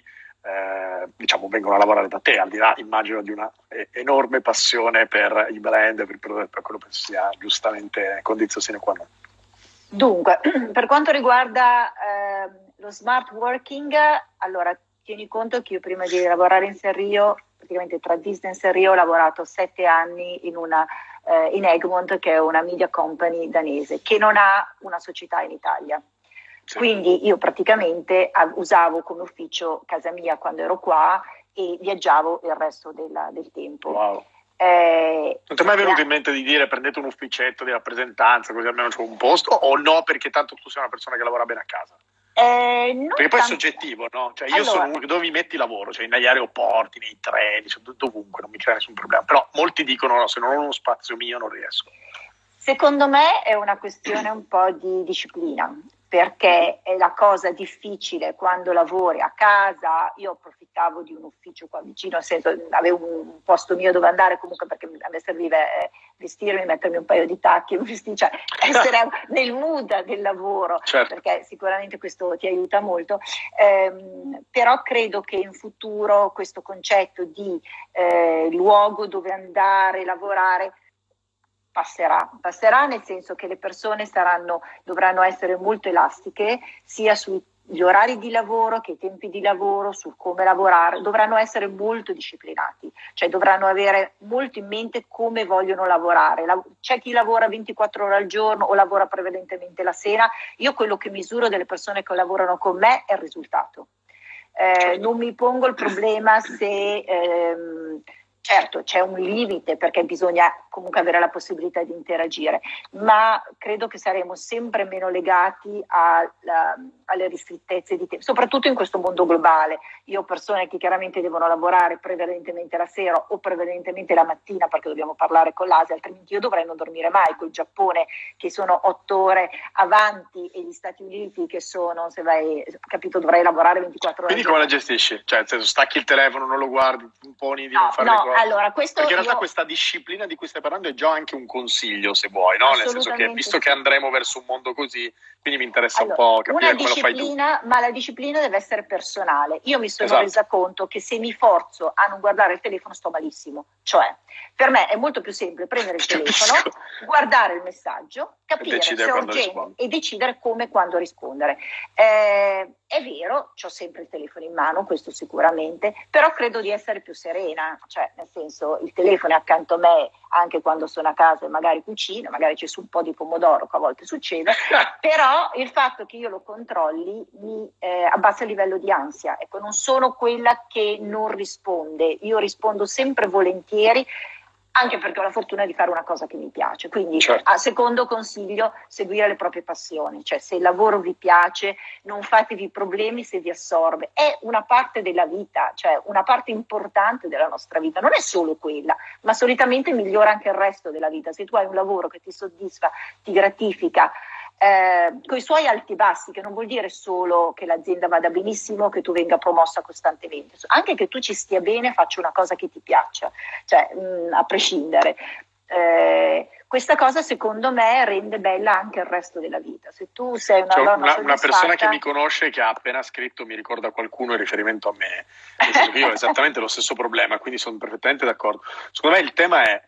vengono a lavorare da te, al di là immagino di una enorme passione per i brand, per quello penso sia giustamente condizione sine qua non. Dunque, per quanto riguarda lo smart working, allora tieni conto che io prima di lavorare in Serrio, praticamente tra Disney e Serrio, ho lavorato 7 anni in Egmont, che è una media company danese, che non ha una società in Italia. Sì. Quindi io praticamente usavo come ufficio casa mia quando ero qua e viaggiavo il resto del tempo. Wow. Non ti è mai venuto in mente di dire prendete un ufficetto di rappresentanza così almeno c'è un posto, o no, perché tanto tu sei una persona che lavora bene a casa? Perché poi è soggettivo, no? Cioè io sono uno che dove mi metti lavoro, cioè negli aeroporti, nei treni, cioè dovunque, non mi crea nessun problema, però molti dicono no, se non ho uno spazio mio non riesco. Secondo me è una questione un po' di disciplina, perché è la cosa difficile quando lavori a casa. Io approfittavo di un ufficio qua vicino, nel senso avevo un posto mio dove andare comunque perché a me serviva vestirmi, mettermi un paio di tacchi, cioè essere nel mood del lavoro, certo. Perché sicuramente questo ti aiuta molto, però credo che in futuro questo concetto di luogo dove andare, lavorare, passerà nel senso che le persone dovranno essere molto elastiche, sia sugli orari di lavoro che i tempi di lavoro, sul come lavorare, dovranno essere molto disciplinati, cioè dovranno avere molto in mente come vogliono lavorare. C'è chi lavora 24 ore al giorno o lavora prevalentemente la sera. Io quello che misuro delle persone che lavorano con me è il risultato. Non mi pongo il problema se... certo, c'è un limite perché bisogna comunque avere la possibilità di interagire, ma credo che saremo sempre meno legati alle ristrettezze di tempo, soprattutto in questo mondo globale. Io ho persone che chiaramente devono lavorare prevalentemente la sera o prevalentemente la mattina perché dobbiamo parlare con l'Asia, altrimenti io dovrei non dormire mai, col Giappone che sono 8 ore avanti e gli Stati Uniti che sono, se vai, capito, dovrei lavorare 24 ore. Quindi come la gestisci? Cioè, nel senso, stacchi il telefono, non lo guardi, imponi di non fare le cose? Allora, questo perché in realtà questa disciplina di cui stai parlando è già anche un consiglio, se vuoi, no? Nel senso che visto che andremo verso un mondo così, quindi mi interessa un po' capire come lo fai tu. Ma la disciplina deve essere personale. Io mi sono resa conto che se mi forzo a non guardare il telefono sto malissimo. Cioè, per me è molto più semplice prendere il telefono, guardare il messaggio, capire se è urgente e decidere come e quando rispondere. È vero, ho sempre il telefono in mano, questo sicuramente, però credo di essere più serena, cioè nel senso il telefono è accanto a me anche quando sono a casa e magari cucino, magari c'è su un po' di pomodoro che a volte succede, però il fatto che io lo controlli mi abbassa il livello di ansia. Ecco, non sono quella che non risponde, io rispondo sempre volentieri, anche perché ho la fortuna di fare una cosa che mi piace, quindi a secondo consiglio seguire le proprie passioni, cioè se il lavoro vi piace non fatevi problemi se vi assorbe, è una parte della vita, cioè una parte importante della nostra vita, non è solo quella, ma solitamente migliora anche il resto della vita. Se tu hai un lavoro che ti soddisfa, ti gratifica, con i suoi alti e bassi, che non vuol dire solo che l'azienda vada benissimo, che tu venga promossa costantemente, anche che tu ci stia bene, faccia una cosa che ti piaccia, cioè a prescindere. Questa cosa secondo me rende bella anche il resto della vita. Se tu sei una donna una persona che mi conosce, che ha appena scritto mi ricorda qualcuno in riferimento a me, io ho esattamente lo stesso problema, quindi sono perfettamente d'accordo. Secondo me il tema è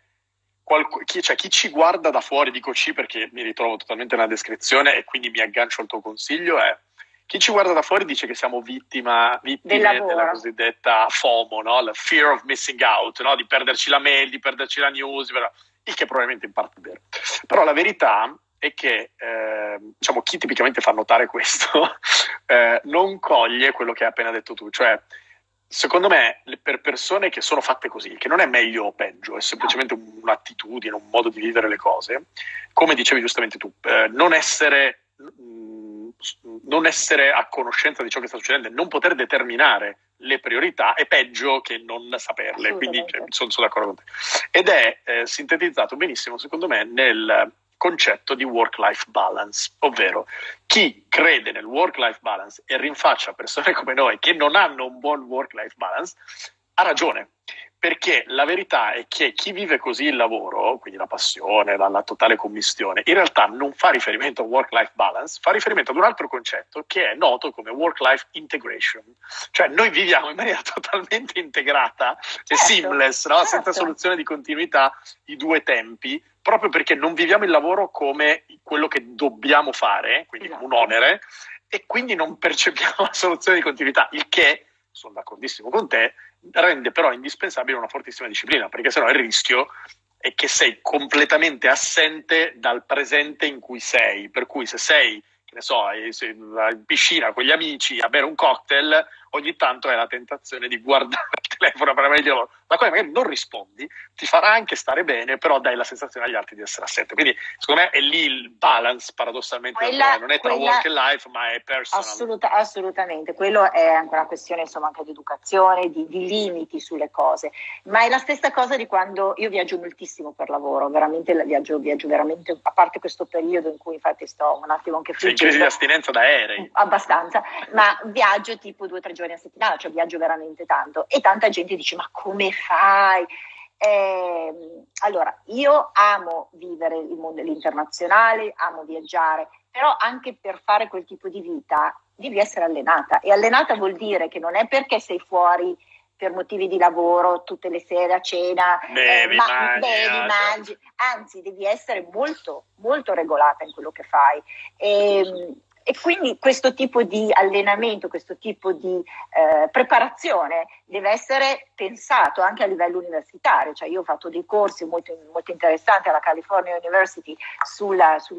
chi ci guarda da fuori, dico ci perché mi ritrovo totalmente nella descrizione e quindi mi aggancio al tuo consiglio, è chi ci guarda da fuori dice che siamo vittime della cosiddetta FOMO, no? La fear of missing out, no? Di perderci la mail, di perderci la news, il che probabilmente in parte è vero. Però la verità è che diciamo, chi tipicamente fa notare questo non coglie quello che hai appena detto tu, cioè secondo me per persone che sono fatte così, che non è meglio o peggio, è semplicemente un'attitudine, un modo di vivere le cose, come dicevi giustamente tu, non essere a conoscenza di ciò che sta succedendo e non poter determinare le priorità è peggio che non saperle, quindi sono d'accordo con te. Ed è sintetizzato benissimo secondo me nel concetto di work-life balance, ovvero chi crede nel work-life balance e rinfaccia persone come noi che non hanno un buon work-life balance ha ragione, perché la verità è che chi vive così il lavoro, quindi la passione, la totale commistione, in realtà non fa riferimento a work-life balance, fa riferimento ad un altro concetto che è noto come work-life integration, cioè noi viviamo in maniera totalmente integrata e seamless, no? Senza soluzione di continuità i due tempi, proprio perché non viviamo il lavoro come quello che dobbiamo fare, quindi come un onere, e quindi non percepiamo la soluzione di continuità, il che, sono d'accordissimo con te, rende però indispensabile una fortissima disciplina, perché sennò il rischio è che sei completamente assente dal presente in cui sei, per cui se sei, che ne so, in piscina con gli amici a bere un cocktail, ogni tanto hai la tentazione di guardare il telefono per meglio, ma poi magari non rispondi, ti farà anche stare bene, però dai la sensazione agli altri di essere assente. Quindi secondo me è lì il balance paradossalmente, non è tra work e life, ma è personal. Assolutamente, quello è anche una questione insomma anche di educazione, di limiti sulle cose, ma è la stessa cosa di quando io viaggio moltissimo per lavoro, veramente viaggio veramente, a parte questo periodo in cui infatti sto un attimo anche in crisi di astinenza da aerei. Abbastanza, ma viaggio tipo 2 o 3 giorni a settimana, cioè viaggio veramente tanto e tanta gente dice ma come fai? Allora, io amo vivere il mondo dell'internazionale, amo viaggiare, però anche per fare quel tipo di vita devi essere allenata, e allenata vuol dire che non è perché sei fuori per motivi di lavoro tutte le sere a cena, mangi, anzi devi essere molto, molto regolata in quello che fai. E quindi questo tipo di allenamento, questo tipo di preparation deve essere pensato anche a livello universitario. Cioè, io ho fatto dei corsi molto, molto interessanti alla California University sul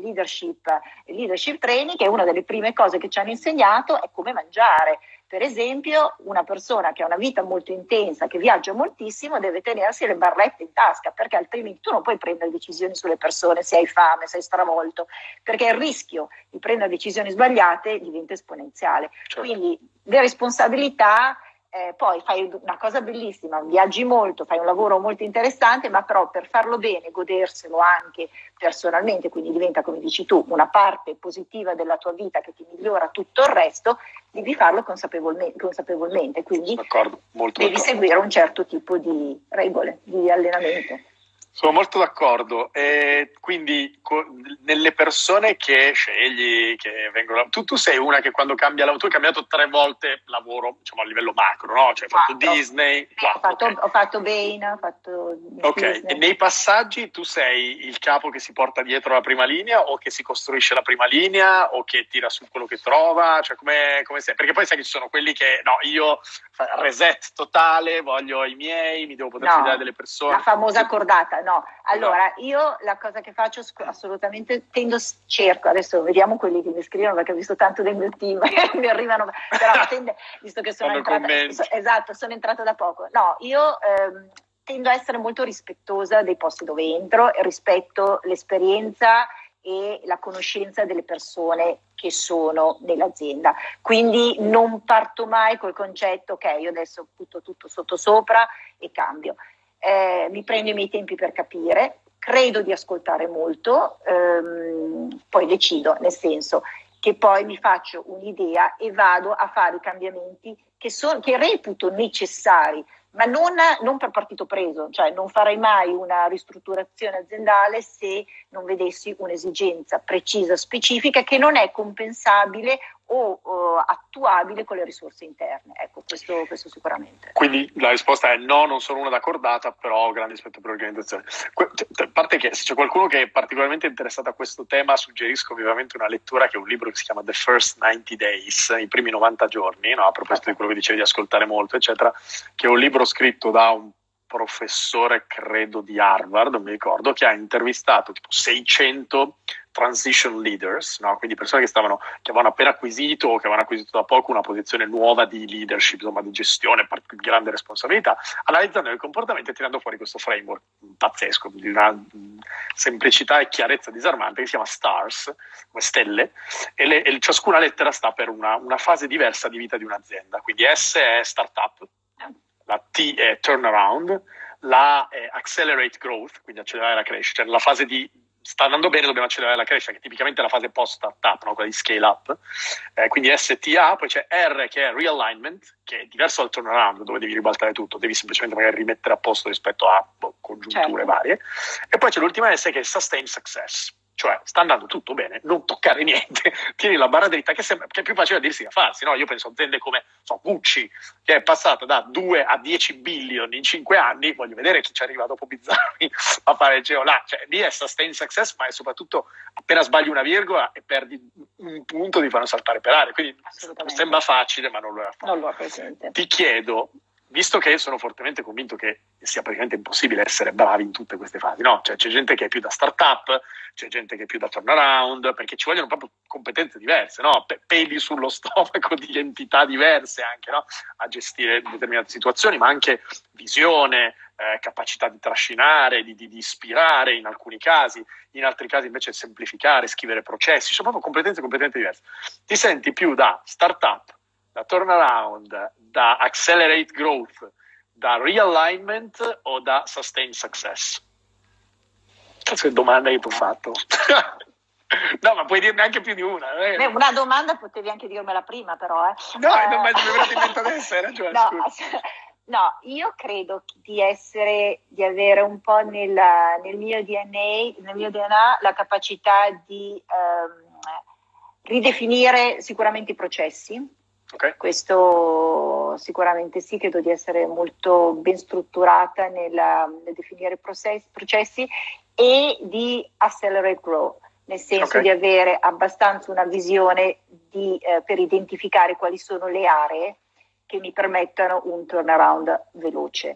leadership training, e una delle prime cose che ci hanno insegnato è come mangiare. Per esempio, una persona che ha una vita molto intensa, che viaggia moltissimo, deve tenersi le barrette in tasca, perché altrimenti tu non puoi prendere decisioni sulle persone se hai fame, sei stravolto, perché il rischio di prendere decisioni sbagliate diventa esponenziale. Certo. Quindi le responsabilità, poi fai una cosa bellissima, viaggi molto, fai un lavoro molto interessante, ma però per farlo bene, goderselo anche personalmente, quindi diventa, come dici tu, una parte positiva della tua vita che ti migliora tutto il resto, devi farlo consapevolmente, quindi devi seguire un certo tipo di regole, di allenamento. Sono molto d'accordo. Quindi nelle persone che scegli, che vengono, tu sei una che quando cambia lavoro, tu hai cambiato 3 volte lavoro, diciamo a livello macro, no? Cioè hai fatto Disney, ho fatto Bain, ho fatto Disney. E nei passaggi tu sei il capo che si porta dietro la prima linea, o che si costruisce la prima linea, o che tira su quello che trova? Cioè come sei? Perché poi sai che ci sono quelli che no, io reset totale, voglio i miei, mi devo poter fidare delle persone. La famosa cordata. No, allora io la cosa che faccio assolutamente cerco, adesso vediamo quelli che mi scrivono, perché ho visto tanto del mio team mi arrivano, però visto che sono entrata da poco. No, io tendo a essere molto rispettosa dei posti dove entro, e rispetto l'esperienza e la conoscenza delle persone che sono nell'azienda, quindi non parto mai col concetto ok, io adesso butto tutto sottosopra e cambio. Mi prendo i miei tempi per capire, credo di ascoltare molto, poi decido, nel senso che poi mi faccio un'idea e vado a fare i cambiamenti che reputo necessari, ma non per partito preso, cioè non farei mai una ristrutturazione aziendale se non vedessi un'esigenza precisa, specifica, che non è compensabile o attuabile con le risorse interne. Ecco, questo sicuramente. Quindi la risposta è no, non sono una d'accordata, però ho grande rispetto per l'organizzazione. A parte che se c'è qualcuno che è particolarmente interessato a questo tema, suggerisco vivamente una lettura, che è un libro che si chiama The First 90 Days, i primi 90 giorni, no? A proposito di quello che dicevi di ascoltare molto, eccetera, che è un libro scritto da un professore, credo di Harvard, non mi ricordo, che ha intervistato tipo 600 transition leaders, no? Quindi persone che avevano appena acquisito, o che avevano acquisito da poco una posizione nuova di leadership, insomma di gestione, di grande responsabilità, analizzando il comportamento e tirando fuori questo framework pazzesco, di una semplicità e chiarezza disarmante, che si chiama STARS, come stelle, e ciascuna lettera sta per una fase diversa di vita di un'azienda. Quindi S è startup, la T è turnaround, la è accelerate growth, quindi accelerare la crescita, cioè la fase di sta andando bene, dobbiamo accelerare la crescita, che tipicamente è la fase post startup, no? Quella di scale up, quindi STA. Poi c'è R, che è realignment, che è diverso dal turnaround, dove devi ribaltare tutto, devi semplicemente magari rimettere a posto rispetto a congiunture varie. E poi c'è l'ultima S, che è sustain success, cioè sta andando tutto bene, non toccare niente, tieni la barra dritta, che è più facile da dirsi che a farsi, no? Io penso a aziende come Gucci, che è passata da 2 a 10 billion in 5 anni, voglio vedere chi ci arriva dopo Bizzarri a fare il CEO là, cioè lì è sustain success, ma è soprattutto appena sbagli una virgola e perdi un punto, ti fanno saltare per aria, quindi sembra facile, ma non lo è. Non lo è presente. Ti chiedo, visto che sono fortemente convinto che sia praticamente impossibile essere bravi in tutte queste fasi, no? Cioè c'è gente che è più da startup, c'è gente che è più da turnaround, perché ci vogliono proprio competenze diverse, no? Peli sullo stomaco di entità diverse anche, no? A gestire determinate situazioni, ma anche visione, capacità di trascinare, di ispirare in alcuni casi, in altri casi invece semplificare, scrivere processi, sono proprio competenze diverse. Ti senti più da startup, da turnaround, da accelerate growth, da realignment o da sustain success? Questa è la domanda che ti ho fatto. No, ma puoi dirne anche più di una. Una domanda potevi anche dirmela prima, però. No, non mi è venuto in mente adesso, hai ragione. No, io credo di avere un po' nel mio DNA la capacità di ridefinire sicuramente i processi. Okay. Questo sicuramente sì, credo di essere molto ben strutturata nel definire processi e di accelerate growth, nel senso di avere abbastanza una visione per identificare quali sono le aree che mi permettano un turnaround veloce.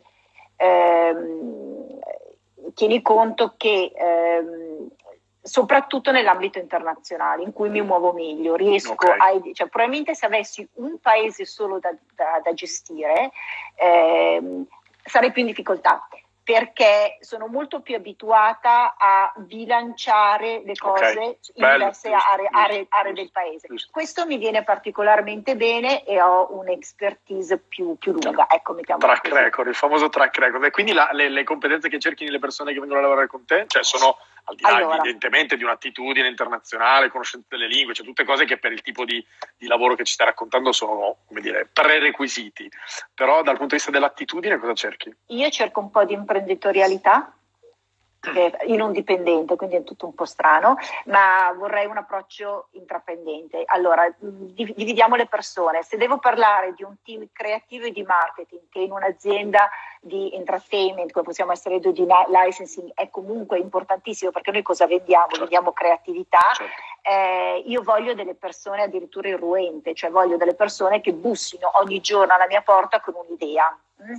Tieni conto che soprattutto nell'ambito internazionale in cui mi muovo meglio, riesco cioè probabilmente se avessi un paese solo da gestire sarei più in difficoltà, perché sono molto più abituata a bilanciare le cose in diverse aree del paese. Questo mi viene particolarmente bene e ho un'expertise più lunga. Ecco, track record, il famoso track record. E quindi le competenze che cerchi nelle persone che vengono a lavorare con te, cioè sono al di là evidentemente di un'attitudine internazionale, conoscenza delle lingue, cioè tutte cose che per il tipo di lavoro che ci stai raccontando sono, come dire, prerequisiti. Però dal punto di vista dell'attitudine cosa cerchi? Io cerco un po' di imprenditorialità in un dipendente, quindi è tutto un po' strano, ma vorrei un approccio intraprendente. Allora, dividiamo le persone. Se devo parlare di un team creativo e di marketing che in un'azienda di entertainment, come possiamo essere di licensing, è comunque importantissimo, perché noi cosa vendiamo? Certo. Vendiamo creatività. Certo. Io voglio delle persone addirittura irruente, cioè voglio delle persone che bussino ogni giorno alla mia porta con un'idea.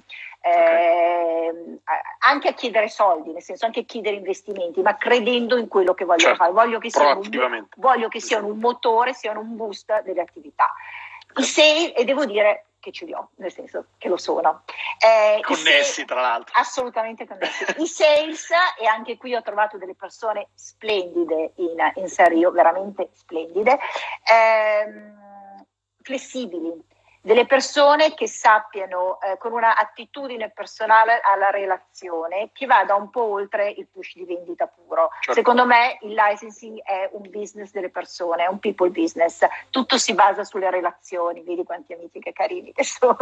Anche a chiedere soldi, nel senso anche a chiedere investimenti, ma credendo in quello che vogliono fare. Voglio che siano un motore, siano un boost delle attività. I sales, e devo dire che ce li ho, nel senso che lo sono. Connessi tra l'altro. Assolutamente connessi. I sales, e anche qui ho trovato delle persone splendide in Serio, veramente splendide, flessibili. Delle persone che sappiano, con una attitudine personale alla relazione, che vada un po' oltre il push di vendita puro. Certo. Secondo me il licensing è un business delle persone, è un people business. Tutto si basa sulle relazioni, vedi quanti amici che carini che sono.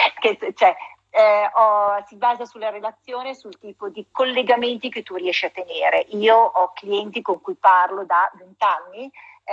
Si basa sulla relazione, sul tipo di collegamenti che tu riesci a tenere. Io ho clienti con cui parlo da 20 anni,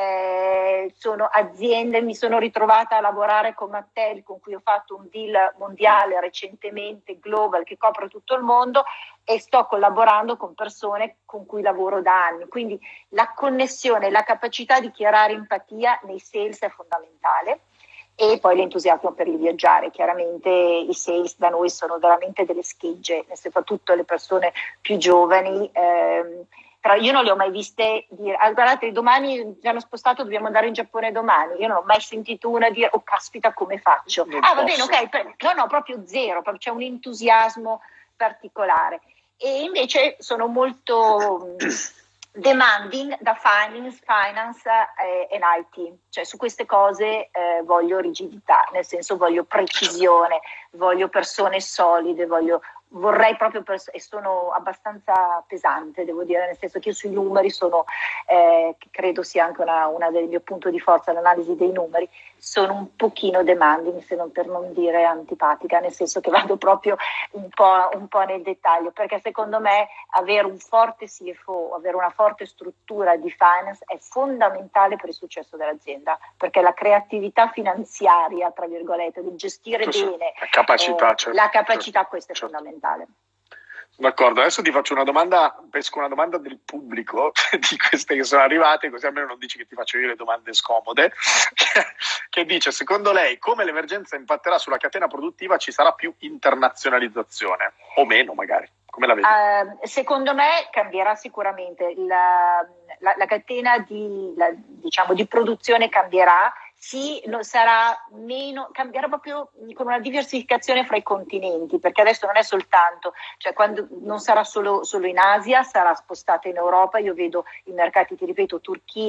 sono aziende, mi sono ritrovata a lavorare con Mattel, con cui ho fatto un deal mondiale recentemente, global, che copre tutto il mondo, e sto collaborando con persone con cui lavoro da anni. Quindi la connessione, la capacità di creare empatia nei sales è fondamentale. E poi l'entusiasmo per il viaggiare. Chiaramente i sales da noi sono veramente delle schegge, soprattutto le persone più giovani. Però io non le ho mai viste dire: guardate, domani ci hanno spostato, dobbiamo andare in Giappone domani. Io non ho mai sentito una dire: oh caspita, come faccio? Va bene, ok, no, proprio zero, proprio c'è un entusiasmo particolare. E invece sono molto demanding da finance e IT, cioè su queste cose voglio rigidità, nel senso voglio precisione, voglio persone solide, vorrei proprio e sono abbastanza pesante, devo dire, nel senso che io sui numeri sono, credo sia anche una del mio punto di forza, l'analisi dei numeri, sono un pochino demanding, se non per non dire antipatica, nel senso che vado proprio un po' nel dettaglio, perché secondo me avere un forte CFO, avere una forte struttura di finance è fondamentale per il successo dell'azienda, perché la creatività finanziaria, tra virgolette, di gestire bene la capacità, questa è fondamentale. D'accordo, adesso ti faccio una domanda, pesco una domanda del pubblico di queste che sono arrivate, così almeno non dici che ti faccio io le domande scomode, che dice: secondo lei come l'emergenza impatterà sulla catena produttiva? Ci sarà più internazionalizzazione o meno magari? Come la vedi? Secondo me cambierà sicuramente, la catena di produzione cambierà. Sì, cambierà proprio con una diversificazione fra i continenti, perché adesso non è soltanto, cioè quando non sarà solo in Asia, sarà spostata in Europa. Io vedo i mercati, ti ripeto, Turchia,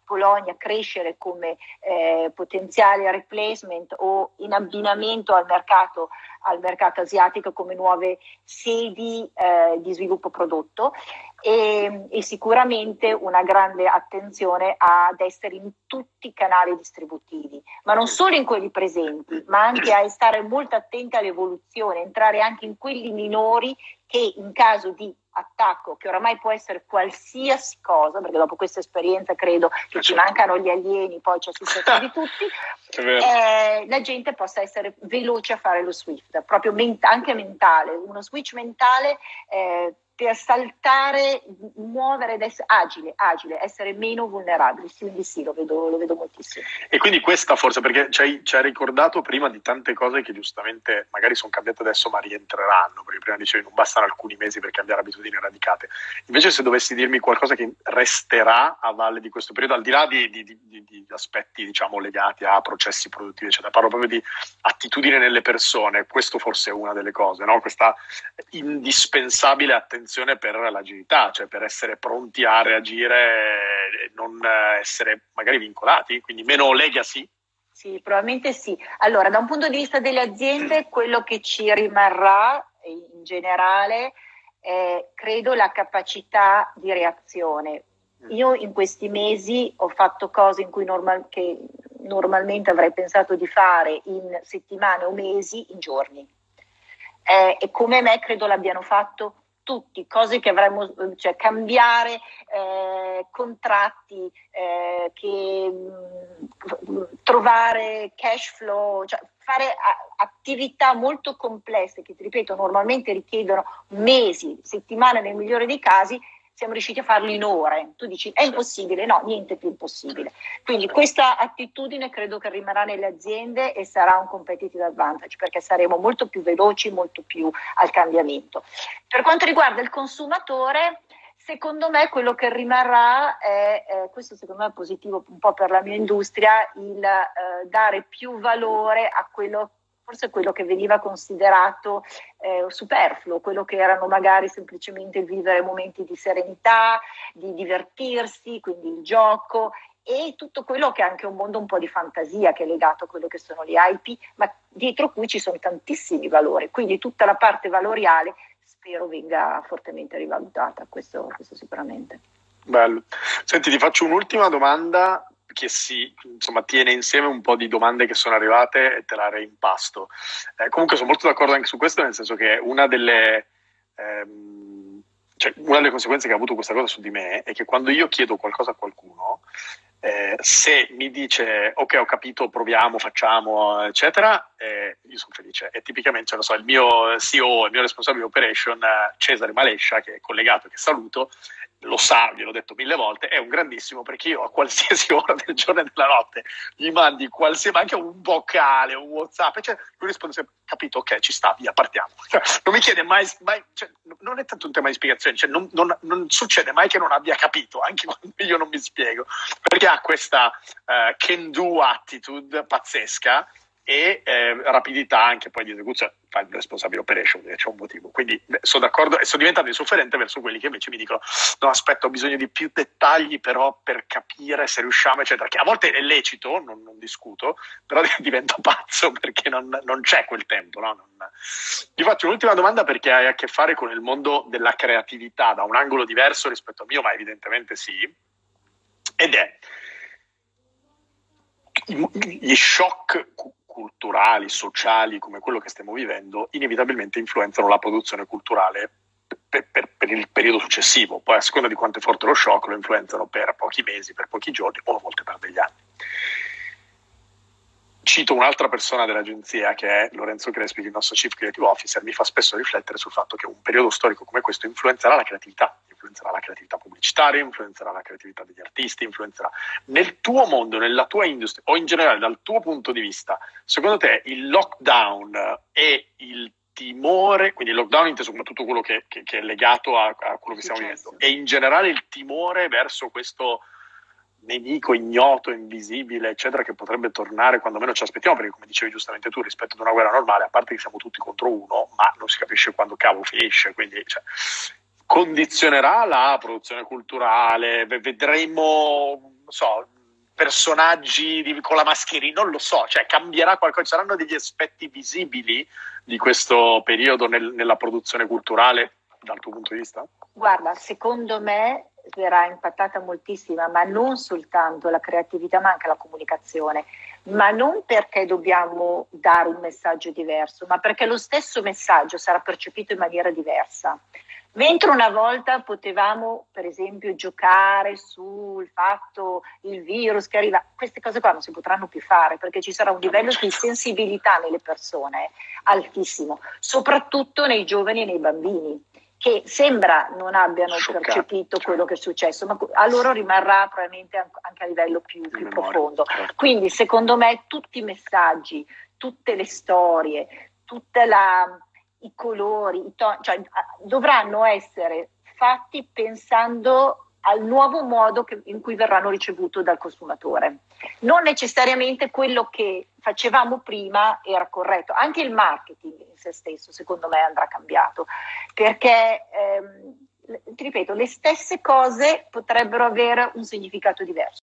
Polonia crescere come potenziale replacement o in abbinamento al mercato asiatico come nuove sedi di sviluppo prodotto e sicuramente una grande attenzione ad essere in tutti i canali distributivi, ma non solo in quelli presenti, ma anche a stare molto attenti all'evoluzione, entrare anche in quelli minori che in caso di attacco, che oramai può essere qualsiasi cosa, perché dopo questa esperienza credo che ci mancano gli alieni, poi c'è successo di tutti, la gente possa essere veloce a fare lo switch, proprio anche mentale, uno switch mentale per saltare, muovere ed essere agile, essere meno vulnerabili. Quindi sì, lo vedo moltissimo. E quindi questa forse, perché ci hai ricordato prima di tante cose che giustamente magari sono cambiate adesso ma rientreranno, perché prima dicevi non bastano alcuni mesi per cambiare abitudini radicate. Invece se dovessi dirmi qualcosa che resterà a valle di questo periodo, al di là di aspetti diciamo legati a processi produttivi, eccetera, parlo proprio di attitudine nelle persone, questo forse è una delle cose, no? Questa indispensabile attenzione per l'agilità, cioè per essere pronti a reagire e non essere magari vincolati, quindi meno legacy. Sì, probabilmente sì. Allora, da un punto di vista delle aziende, quello che ci rimarrà in generale è, credo, la capacità di reazione. Io in questi mesi ho fatto cose in cui che normalmente avrei pensato di fare in settimane o mesi, in giorni. E come me credo l'abbiano fatto tutti, cose che avremmo, cioè cambiare contratti, trovare cash flow, cioè fare attività molto complesse che, ti ripeto, normalmente richiedono mesi, settimane nel migliore dei casi, siamo riusciti a farlo in ore. Tu dici è impossibile? No, niente più impossibile. Quindi questa attitudine credo che rimarrà nelle aziende e sarà un competitive advantage, perché saremo molto più veloci, molto più al cambiamento. Per quanto riguarda il consumatore, secondo me quello che rimarrà è, questo secondo me è positivo un po' per la mia industria, il dare più valore a forse quello che veniva considerato superfluo, quello che erano magari semplicemente il vivere momenti di serenità, di divertirsi, quindi il gioco e tutto quello che è anche un mondo un po' di fantasia che è legato a quello che sono le IP, ma dietro cui ci sono tantissimi valori, quindi tutta la parte valoriale spero venga fortemente rivalutata, questo sicuramente. Bello. Senti, ti faccio un'ultima domanda che insomma, tiene insieme un po' di domande che sono arrivate e te la reimpasto. Comunque sono molto d'accordo anche su questo, nel senso che una delle conseguenze che ha avuto questa cosa su di me è che quando io chiedo qualcosa a qualcuno, se mi dice ok, ho capito, proviamo, facciamo, eccetera, io sono felice. E tipicamente, cioè, lo so, il mio CEO, il mio responsabile operation, Cesare Malescia, che è collegato, che saluto, lo sa, gliel'ho detto 1000 volte, è un grandissimo, perché io a qualsiasi ora del giorno e della notte gli mandi qualsiasi, anche un vocale, un WhatsApp, cioè, lui risponde sempre, capito, ok, ci sta, via, partiamo. Cioè, non mi chiede mai cioè, non è tanto un tema di spiegazione, cioè, non succede mai che non abbia capito, anche quando io non mi spiego, perché ha questa can-do attitude pazzesca e rapidità anche poi di esecuzione, fa il responsabile operation, quindi c'è un motivo. Quindi sono d'accordo e sono diventato insofferente verso quelli che invece mi dicono no, aspetta, ho bisogno di più dettagli però per capire se riusciamo, eccetera, che a volte è lecito, non discuto, però divento pazzo perché non c'è quel tempo, no? Ti faccio un'ultima domanda perché hai a che fare con il mondo della creatività da un angolo diverso rispetto a mio, ma evidentemente sì, ed è gli shock culturali, sociali, come quello che stiamo vivendo, inevitabilmente influenzano la produzione culturale per il periodo successivo. Poi a seconda di quanto è forte lo shock lo influenzano per pochi mesi, per pochi giorni o a volte per degli anni. Cito un'altra persona dell'agenzia che è Lorenzo Crespi, il nostro Chief Creative Officer, mi fa spesso riflettere sul fatto che un periodo storico come questo influenzerà la creatività pubblicitaria, influenzerà la creatività degli artisti, influenzerà nel tuo mondo, nella tua industria o in generale dal tuo punto di vista. Secondo te il lockdown e il timore, quindi il lockdown inteso come tutto quello che è legato a quello che stiamo vivendo, e in generale il timore verso questo nemico ignoto, invisibile, eccetera, che potrebbe tornare quando meno ci aspettiamo, perché come dicevi giustamente tu, rispetto ad una guerra normale, a parte che siamo tutti contro uno, ma non si capisce quando cavolo finisce, quindi condizionerà la produzione culturale, vedremo, non so, personaggi con la mascherina, non lo so, cioè cambierà qualcosa, saranno degli aspetti visibili di questo periodo nella produzione culturale dal tuo punto di vista? Guarda, secondo me verrà impattata moltissima, ma non soltanto la creatività, ma anche la comunicazione, ma non perché dobbiamo dare un messaggio diverso, ma perché lo stesso messaggio sarà percepito in maniera diversa. Mentre una volta potevamo, per esempio, giocare sul fatto il virus che arriva, queste cose qua non si potranno più fare perché ci sarà un livello di sensibilità nelle persone altissimo, soprattutto nei giovani e nei bambini, che sembra non abbiano percepito quello che è successo, ma a loro rimarrà probabilmente anche a livello più profondo. Quindi secondo me tutti i messaggi, tutte le storie, i colori, cioè, dovranno essere fatti pensando al nuovo modo in cui verranno ricevuti dal consumatore. Non necessariamente quello che facevamo prima era corretto. Anche il marketing in se stesso, secondo me, andrà cambiato, perché, ti ripeto, le stesse cose potrebbero avere un significato diverso.